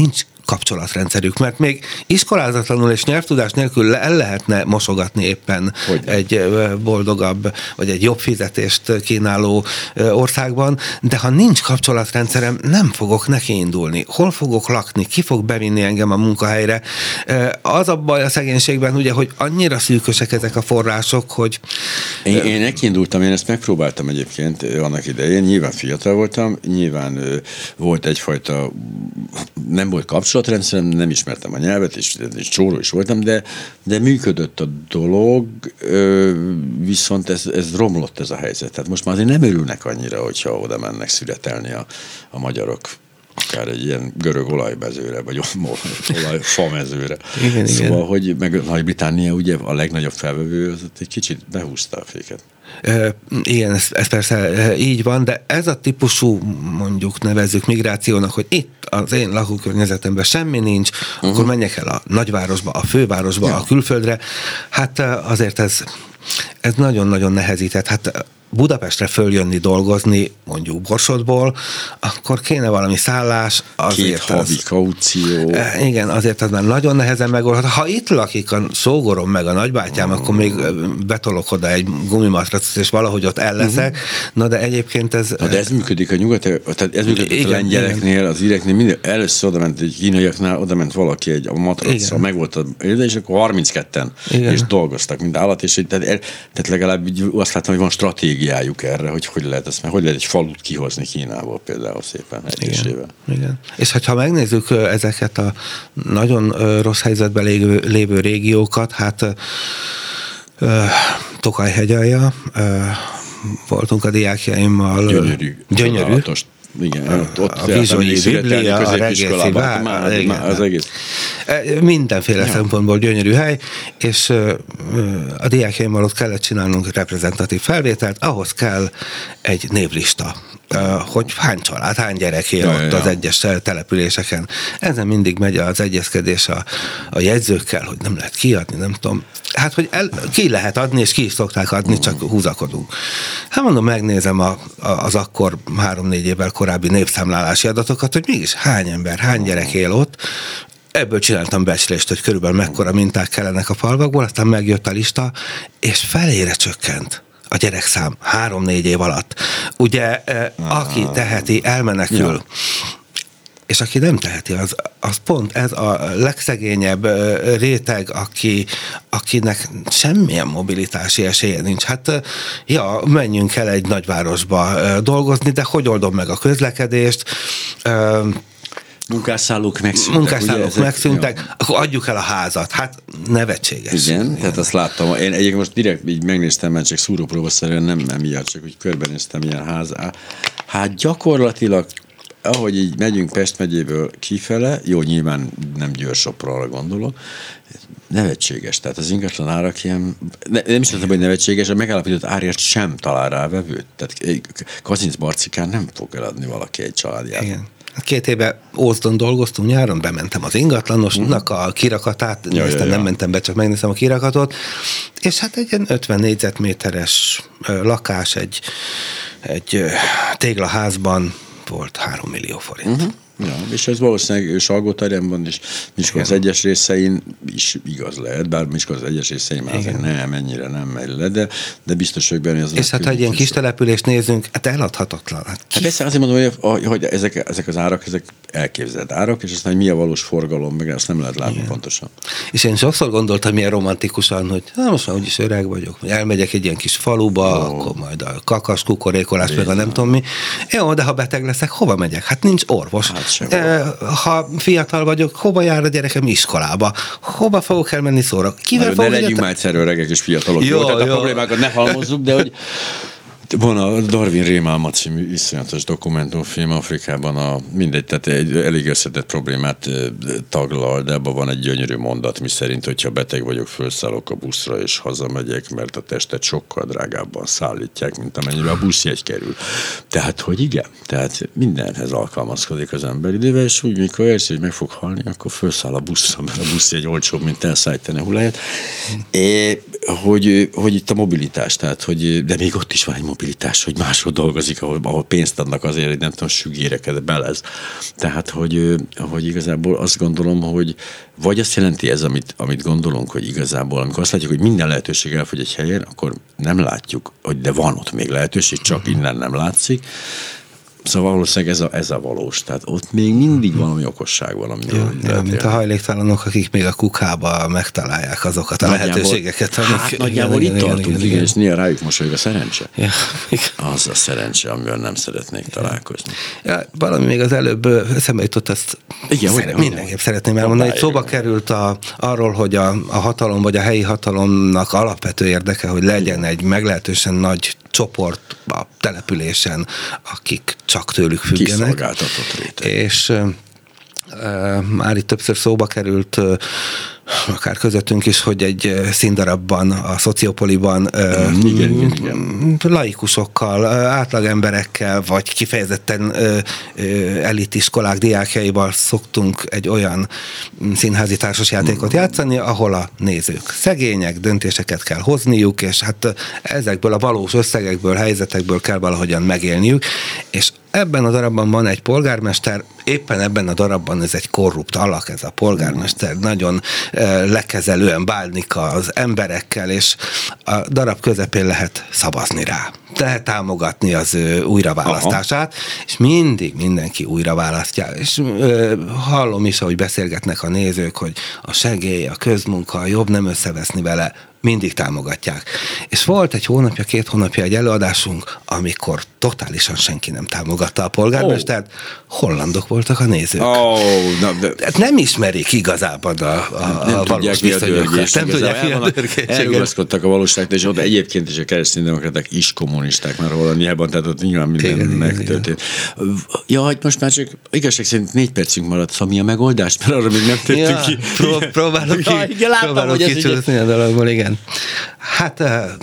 [SPEAKER 3] kapcsolatrendszerük, mert még iskolázatlanul és nyelvtudás nélkül el lehetne mosogatni éppen Hogyne. egy boldogabb, vagy egy jobb fizetést kínáló országban, de ha nincs kapcsolatrendszerem, nem fogok neki indulni. Hol fogok lakni? Ki fog bevinni engem a munkahelyre? Az a baj a szegénységben, ugye, hogy annyira szűkösek ezek a források, hogy...
[SPEAKER 2] Én, én nekiindultam, én ezt megpróbáltam egyébként annak idején, nyilván fiatal voltam, nyilván volt egyfajta, nem volt kapcsolatrendszerem, nem ismertem a nyelvet, és, és csóró is voltam, de, de működött a dolog, viszont ez, ez romlott ez a helyzet. Tehát most már azért nem örülnek annyira, hogyha oda mennek születelni a, a magyarok. Akár egy ilyen görög olajmezőre, vagy olaj, famezőre. Igen, szóval, igen. hogy meg Nagy-Britannia ugye a legnagyobb felvevő, az egy kicsit behúzta a féket.
[SPEAKER 3] E, igen, ez, ez persze így van, de ez a típusú, mondjuk nevezzük migrációnak, hogy itt az én lakókörnyezetemben semmi nincs, uh-huh. akkor menjek el a nagyvárosba, a fővárosba, ja. a külföldre. Hát azért ez, ez nagyon-nagyon nehezített. Hát Budapestre följönni, dolgozni, mondjuk Borsodból, akkor kéne valami szállás.
[SPEAKER 2] Két havi kaució.
[SPEAKER 3] Igen, azért az már nagyon nehezen megoldható. Ha itt lakik a sógorom meg a nagybátyám, oh. akkor még betolok oda egy gumimatracot, és valahogy ott elleszek. Uh-huh. Na de egyébként ez...
[SPEAKER 2] Na de ez működik a nyugat, tehát ez működik igen, a lengyeleknél, igen. az íreknél, minden, először oda ment egy kínaiaknál, oda ment valaki egy a matracra, meg volt a és akkor harmincketten igen. és dolgoztak, mint állat, és tehát, tehát legalább azt láttam, hogy van stratégiájuk erre, hogy hogy lehet ezt, hogy lehet egy falut kihozni Kínából például szépen egyesével.
[SPEAKER 3] Igen, igen. És ha megnézzük ezeket a nagyon rossz helyzetben lévő, lévő régiókat, hát Tokaj-hegyalja, voltunk a diákjaimmal.
[SPEAKER 2] Gyönyörű.
[SPEAKER 3] Gyönyörű.
[SPEAKER 2] Igen, ott, ott
[SPEAKER 3] a Vizsonyi Biblia, a Regészi Vár,
[SPEAKER 2] az egész.
[SPEAKER 3] Mindenféle ja. szempontból gyönyörű hely, és a diákjaimmal ott kellett csinálnunk reprezentatív felvételt, ahhoz kell egy névlista, hogy hány család, hány gyerek él ja, ott ja. az egyes településeken. Ezen mindig megy az egyezkedés a, a jegyzőkkel, hogy nem lehet kiadni, nem tudom. Hát, hogy el, ki lehet adni, és ki is szokták adni, csak húzakodunk. Hát mondom, megnézem a, a, az akkor három-négy évvel korábbi népszámlálási adatokat, hogy mégis hány ember, hány gyerek él ott. Ebből csináltam becslést, hogy körülbelül mekkora minták kellenek a falvakból, aztán megjött a lista, és felére csökkent a gyerekszám három-négy év alatt. Ugye, aki teheti, elmenekül. Ja. És aki nem teheti, az, az pont ez a legszegényebb réteg, aki, akinek semmilyen mobilitási esélye nincs. Hát, ja, menjünk el egy nagyvárosba dolgozni, de hogy oldom meg a közlekedést?
[SPEAKER 2] Munkásszállók megszűntek.
[SPEAKER 3] Munkásszállók ugye, megszűntek, ja. akkor adjuk el a házat. Hát nevetséges.
[SPEAKER 2] Igen, igen. Tehát azt láttam. Én egyébként most direkt így megnéztem, mert csak szúrópróbaszerűen nem emiatt, csak úgy körbenéztem ilyen házá. Hát gyakorlatilag ahogy így megyünk Pest megyéből kifele, jó, nyilván nem Győr-Sopronra gondolok, nevetséges, tehát az ingatlan árak ilyen, ne, nem is tudom, hogy nevetséges, a megállapított árért sem talál rá vevőt, tehát Kazinc-Barcikán nem fog eladni valaki egy családját. Igen.
[SPEAKER 3] Két éve Ózdon dolgoztunk nyáron, bementem az ingatlanosnak a kirakatát, ja, néztem, ja, ja. nem mentem be, csak megnéztem a kirakatot, és hát egy ilyen ötven négyzetméteres lakás egy, egy téglaházban volt három millió forint. Uh-huh.
[SPEAKER 2] Ja, és ez valószínűleg Salgótarjánban és Miskolc egyes részein is igaz lehet, bár Miskolc egyes részein már azért nem, ennyire nem megy le, de, de biztos, hogy benne az...
[SPEAKER 3] És hát, ha egy ilyen kis települést nézünk, hát eladhatatlan. Hát,
[SPEAKER 2] hát persze azért mondom, hogy, hogy ezek, ezek az árak, ezek elképzelt árak, és aztán, hogy mi a valós forgalom, meg azt nem lehet látni igen. pontosan.
[SPEAKER 3] És én sokszor gondoltam milyen romantikusan, hogy na, most már úgyis öreg vagyok, hogy elmegyek egy ilyen kis faluba, oh. akkor majd a kakas, kukorékolás, meg a nem tudom mi. Jó, de ha beteg leszek, hova megyek? Hát nincs orvos. Hát ha fiatal vagyok, hova jár a gyerekem iskolába? Hova fogok elmenni szóra? Kivel fogok?
[SPEAKER 2] Ne legyünk már egyszerű öregek és fiatalok. Jó, jó, tehát jó. A problémákat ne halmozzuk, de hogy van a Darwin rémálma című iszonyatos dokumentumfilm Afrikában, a, mindegy, tehát egy elég összetett problémát taglal, de abban van egy gyönyörű mondat, miszerint, hogyha beteg vagyok, felszállok a buszra és hazamegyek, mert a testet sokkal drágábban szállítják, mint amennyire a buszjegy kerül. Tehát, hogy igen, tehát mindenhez alkalmazkodik az ember idővel, és úgy, mikor érzi, hogy meg fog halni, akkor felszáll a buszra, mert a buszjegy olcsóbb, mint elszállítani a hulláját. É, hogy, hogy itt a mobilitás, tehát, hogy, de még ott is van egy mobilitás, hogy máshol dolgozik, ahol, ahol pénzt adnak azért, hogy nem tudom, sügéreket belez. Tehát, hogy, hogy igazából azt gondolom, hogy vagy azt jelenti ez, amit, amit gondolunk, hogy igazából, amikor azt látjuk, hogy minden lehetőség elfogy egy helyen, akkor nem látjuk, hogy de van ott még lehetőség, csak innen nem látszik. Szóval valószínűleg ez a, ez a valós. Tehát ott még mindig valami okosság van, ami
[SPEAKER 3] ja, ja, mint a hajléktalanok, akik még a kukába megtalálják azokat a nagyjából, lehetőségeket. Amik,
[SPEAKER 2] hát nagyjából igen, itt igen, tartunk, igen, igen, és néha rájuk mosolyog a szerencse. Ja. Az a szerencse, amivel nem szeretnék találkozni.
[SPEAKER 3] Ja, valami még az előbb eszembe jutott, azt igen, szeret, mindenképp szeretném elmondani, hogy szóba került a, arról, hogy a, a hatalom vagy a helyi hatalomnak alapvető érdeke, hogy legyen egy meglehetősen nagy csoport a településen, akik csak tőlük függenek.
[SPEAKER 2] Kiszolgáltatott réteg.
[SPEAKER 3] És uh, uh, már itt többször szóba került, uh, akár közöttünk is, hogy egy színdarabban, a Szociopoliban uh, igen, igen, igen. laikusokkal, uh, átlagemberekkel, vagy kifejezetten uh, uh, elitiskolák diákjaival szoktunk egy olyan színházi társasjátékot mm. játszani, ahol a nézők szegények, döntéseket kell hozniuk, és hát ezekből a valós összegekből, helyzetekből kell valahogyan megélniük, és ebben a darabban van egy polgármester, éppen ebben a darabban ez egy korrupt alak, ez a polgármester, nagyon uh, lekezelően bánik az emberekkel, és a darab közepén lehet szavazni rá. Lehet támogatni az ő újraválasztását, aha. és mindig mindenki újra választja. És uh, hallom is, ahogy beszélgetnek a nézők, hogy a segély, a közmunka, jobb nem összeveszni vele, mindig támogatják. És volt egy hónapja, két hónapja egy előadásunk, amikor totálisan senki nem támogatta a polgármestert, oh. hollandok voltak a nézők. Oh, na, de... Tehát nem ismerik igazában a, a,
[SPEAKER 2] nem
[SPEAKER 3] a valós viszonyokat.
[SPEAKER 2] Nem tudják mi a dörgésséget. Elrugaszkodtak a valóságot, és ott egyébként is a kereszténydemokraták is kommunisták már valamiában, tehát ott nyilván minden igen, megtörtént. Igen. Ja, hogy most már csak igazság szerint négy percünk maradt, szóval mi a megoldás, mert arra még nem tettünk ja, ki.
[SPEAKER 3] Pró- próbálok ki, ja, igen, láttam, próbálok kicsúszni a dologból, igen. Hát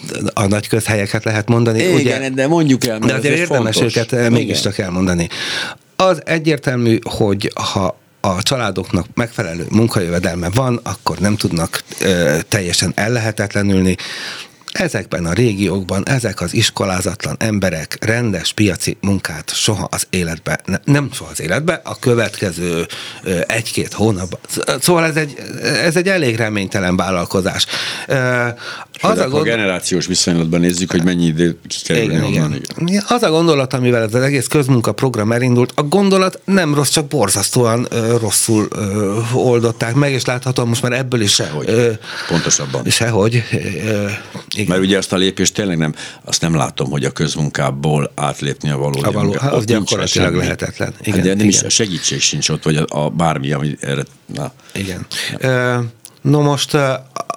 [SPEAKER 3] a nagy közhelyeket lehet mondani.
[SPEAKER 2] Igen,
[SPEAKER 3] ugye,
[SPEAKER 2] de mondjuk el,
[SPEAKER 3] de azért érdemes fontos. Őket mégiscsak elmondani. Az egyértelmű, hogy ha a családoknak megfelelő munkajövedelme van, akkor nem tudnak ö, teljesen ellehetetlenülni. Ezekben a régiókban ezek az iskolázatlan emberek rendes piaci munkát soha az életben, ne, nem soha az életben, a következő ö, egy-két hónapban. Szóval ez egy, ez egy elég reménytelen vállalkozás. Ö,
[SPEAKER 2] az a, gond... a generációs viszonylatban nézzük, hogy mennyi idő kikerülni onnan.
[SPEAKER 3] Igen. Az a gondolat, amivel ez az egész közmunkaprogram elindult, a gondolat nem rossz, csak borzasztóan ö, rosszul ö, oldották meg, és láthatóan most már ebből is
[SPEAKER 2] sehogy. Ö, Pontosabban.
[SPEAKER 3] Sehogy. Ö,
[SPEAKER 2] Mert ugye azt a lépést tényleg nem, azt nem látom, hogy a közmunkából átlépni a valódi.
[SPEAKER 3] A való, hát az gyakorlatilag lehetetlen.
[SPEAKER 2] Igen, hát de nem igen. is a segítség sincs ott, vagy a, a bármi, ami erre... Na.
[SPEAKER 3] Igen. Na, no most a,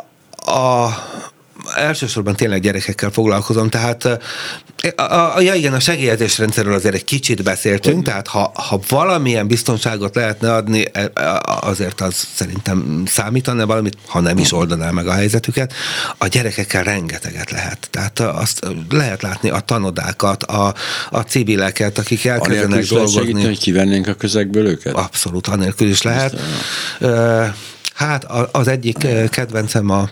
[SPEAKER 3] a elsősorban tényleg gyerekekkel foglalkozom, tehát a, a, ja igen, a segélyezés rendszerről azért egy kicsit beszéltünk, tehát ha, ha valamilyen biztonságot lehetne adni, azért az szerintem számítana valamit, ha nem is oldaná meg a helyzetüket. A gyerekekkel rengeteget lehet. Tehát azt lehet látni a tanodákat, a, a civileket, akik elkezdenek dolgozni. Segíteni,
[SPEAKER 2] hogy kivennénk a közegből őket?
[SPEAKER 3] Abszolút, anélkül is lehet. Aztán... Hát az egyik kedvencem a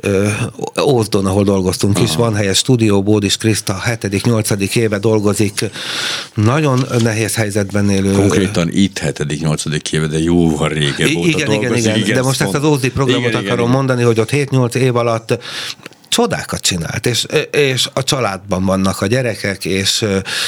[SPEAKER 3] Ózdon, ahol dolgoztunk aha. is, van helyes stúdió, Bódis Kriszta hetedik nyolcadik éve dolgozik, nagyon nehéz helyzetben élő.
[SPEAKER 2] Konkrétan itt hetedik nyolcadik éve, de jóval régebb óta
[SPEAKER 3] igen,
[SPEAKER 2] dolgozik.
[SPEAKER 3] Igen, igen, de most ezt az Ózdi programot igen, akarom igen, mondani, hogy ott hét-nyolc év alatt csodákat csinált, és, és a családban vannak a gyerekek, és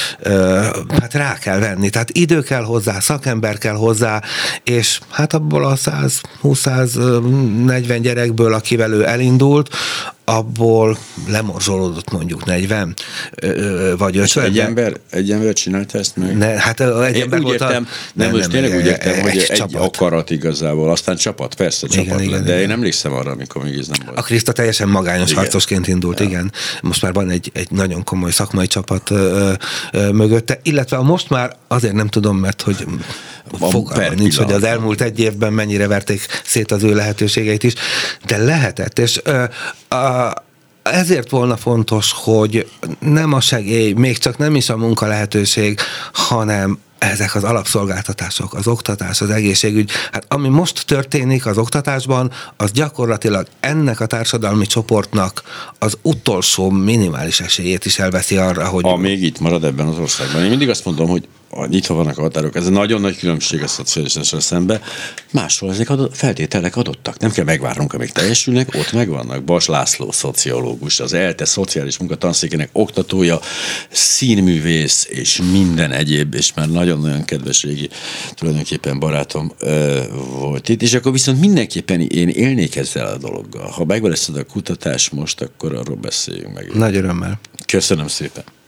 [SPEAKER 3] hát rá kell venni, tehát idő kell hozzá, szakember kell hozzá, és hát abból a száz húsz-száz negyven gyerekből, akivel ő elindult, abból lemorzsolódott mondjuk negyven vagy ötven.
[SPEAKER 2] Egy ember, egy ember csinálta ezt meg?
[SPEAKER 3] Ne, hát egy
[SPEAKER 2] én
[SPEAKER 3] ember
[SPEAKER 2] úgy
[SPEAKER 3] volt
[SPEAKER 2] értem,
[SPEAKER 3] a...
[SPEAKER 2] nem, nem, most tényleg úgy értem, hogy egy, egy akarat igazából, aztán csapat, persze csapat igen, lett, igen, de igen. Én emlékszem arra, amikor még ez nem volt.
[SPEAKER 3] A Kriszta teljesen magányos igen. harcosként indult, ja. igen. Most már van egy, egy nagyon komoly szakmai csapat ö, ö, mögötte, illetve a most már azért nem tudom, mert hogy fogalmam nincs, hogy az elmúlt egy évben mennyire verték szét az ő lehetőségeit is, de lehetett, és ö, a, ezért volna fontos, hogy nem a segély, még csak nem is a munka lehetőség, hanem ezek az alapszolgáltatások, az oktatás, az egészségügy, hát ami most történik az oktatásban, az gyakorlatilag ennek a társadalmi csoportnak az utolsó minimális esélyét is elveszi arra, hogy...
[SPEAKER 2] Ha még itt marad ebben az országban. Én mindig azt mondom, hogy nyitva vannak a határok, ez egy nagyon nagy különbség a szociálisra szemben. Máshol ezek adott, feltételek adottak. Nem kell megvárnunk, amíg teljesülnek, ott megvannak. Bas László, szociológus, az ELTE szociális munkatanszékének oktatója, színművész és minden egyéb, és már nagyon-nagyon kedves régi tulajdonképpen barátom ö, volt itt. És akkor viszont mindenképpen én élnék ezzel a dologgal. Ha megvan ezt a kutatás most, akkor arról beszéljünk meg.
[SPEAKER 3] Nagy örömmel.
[SPEAKER 2] Köszönöm szépen.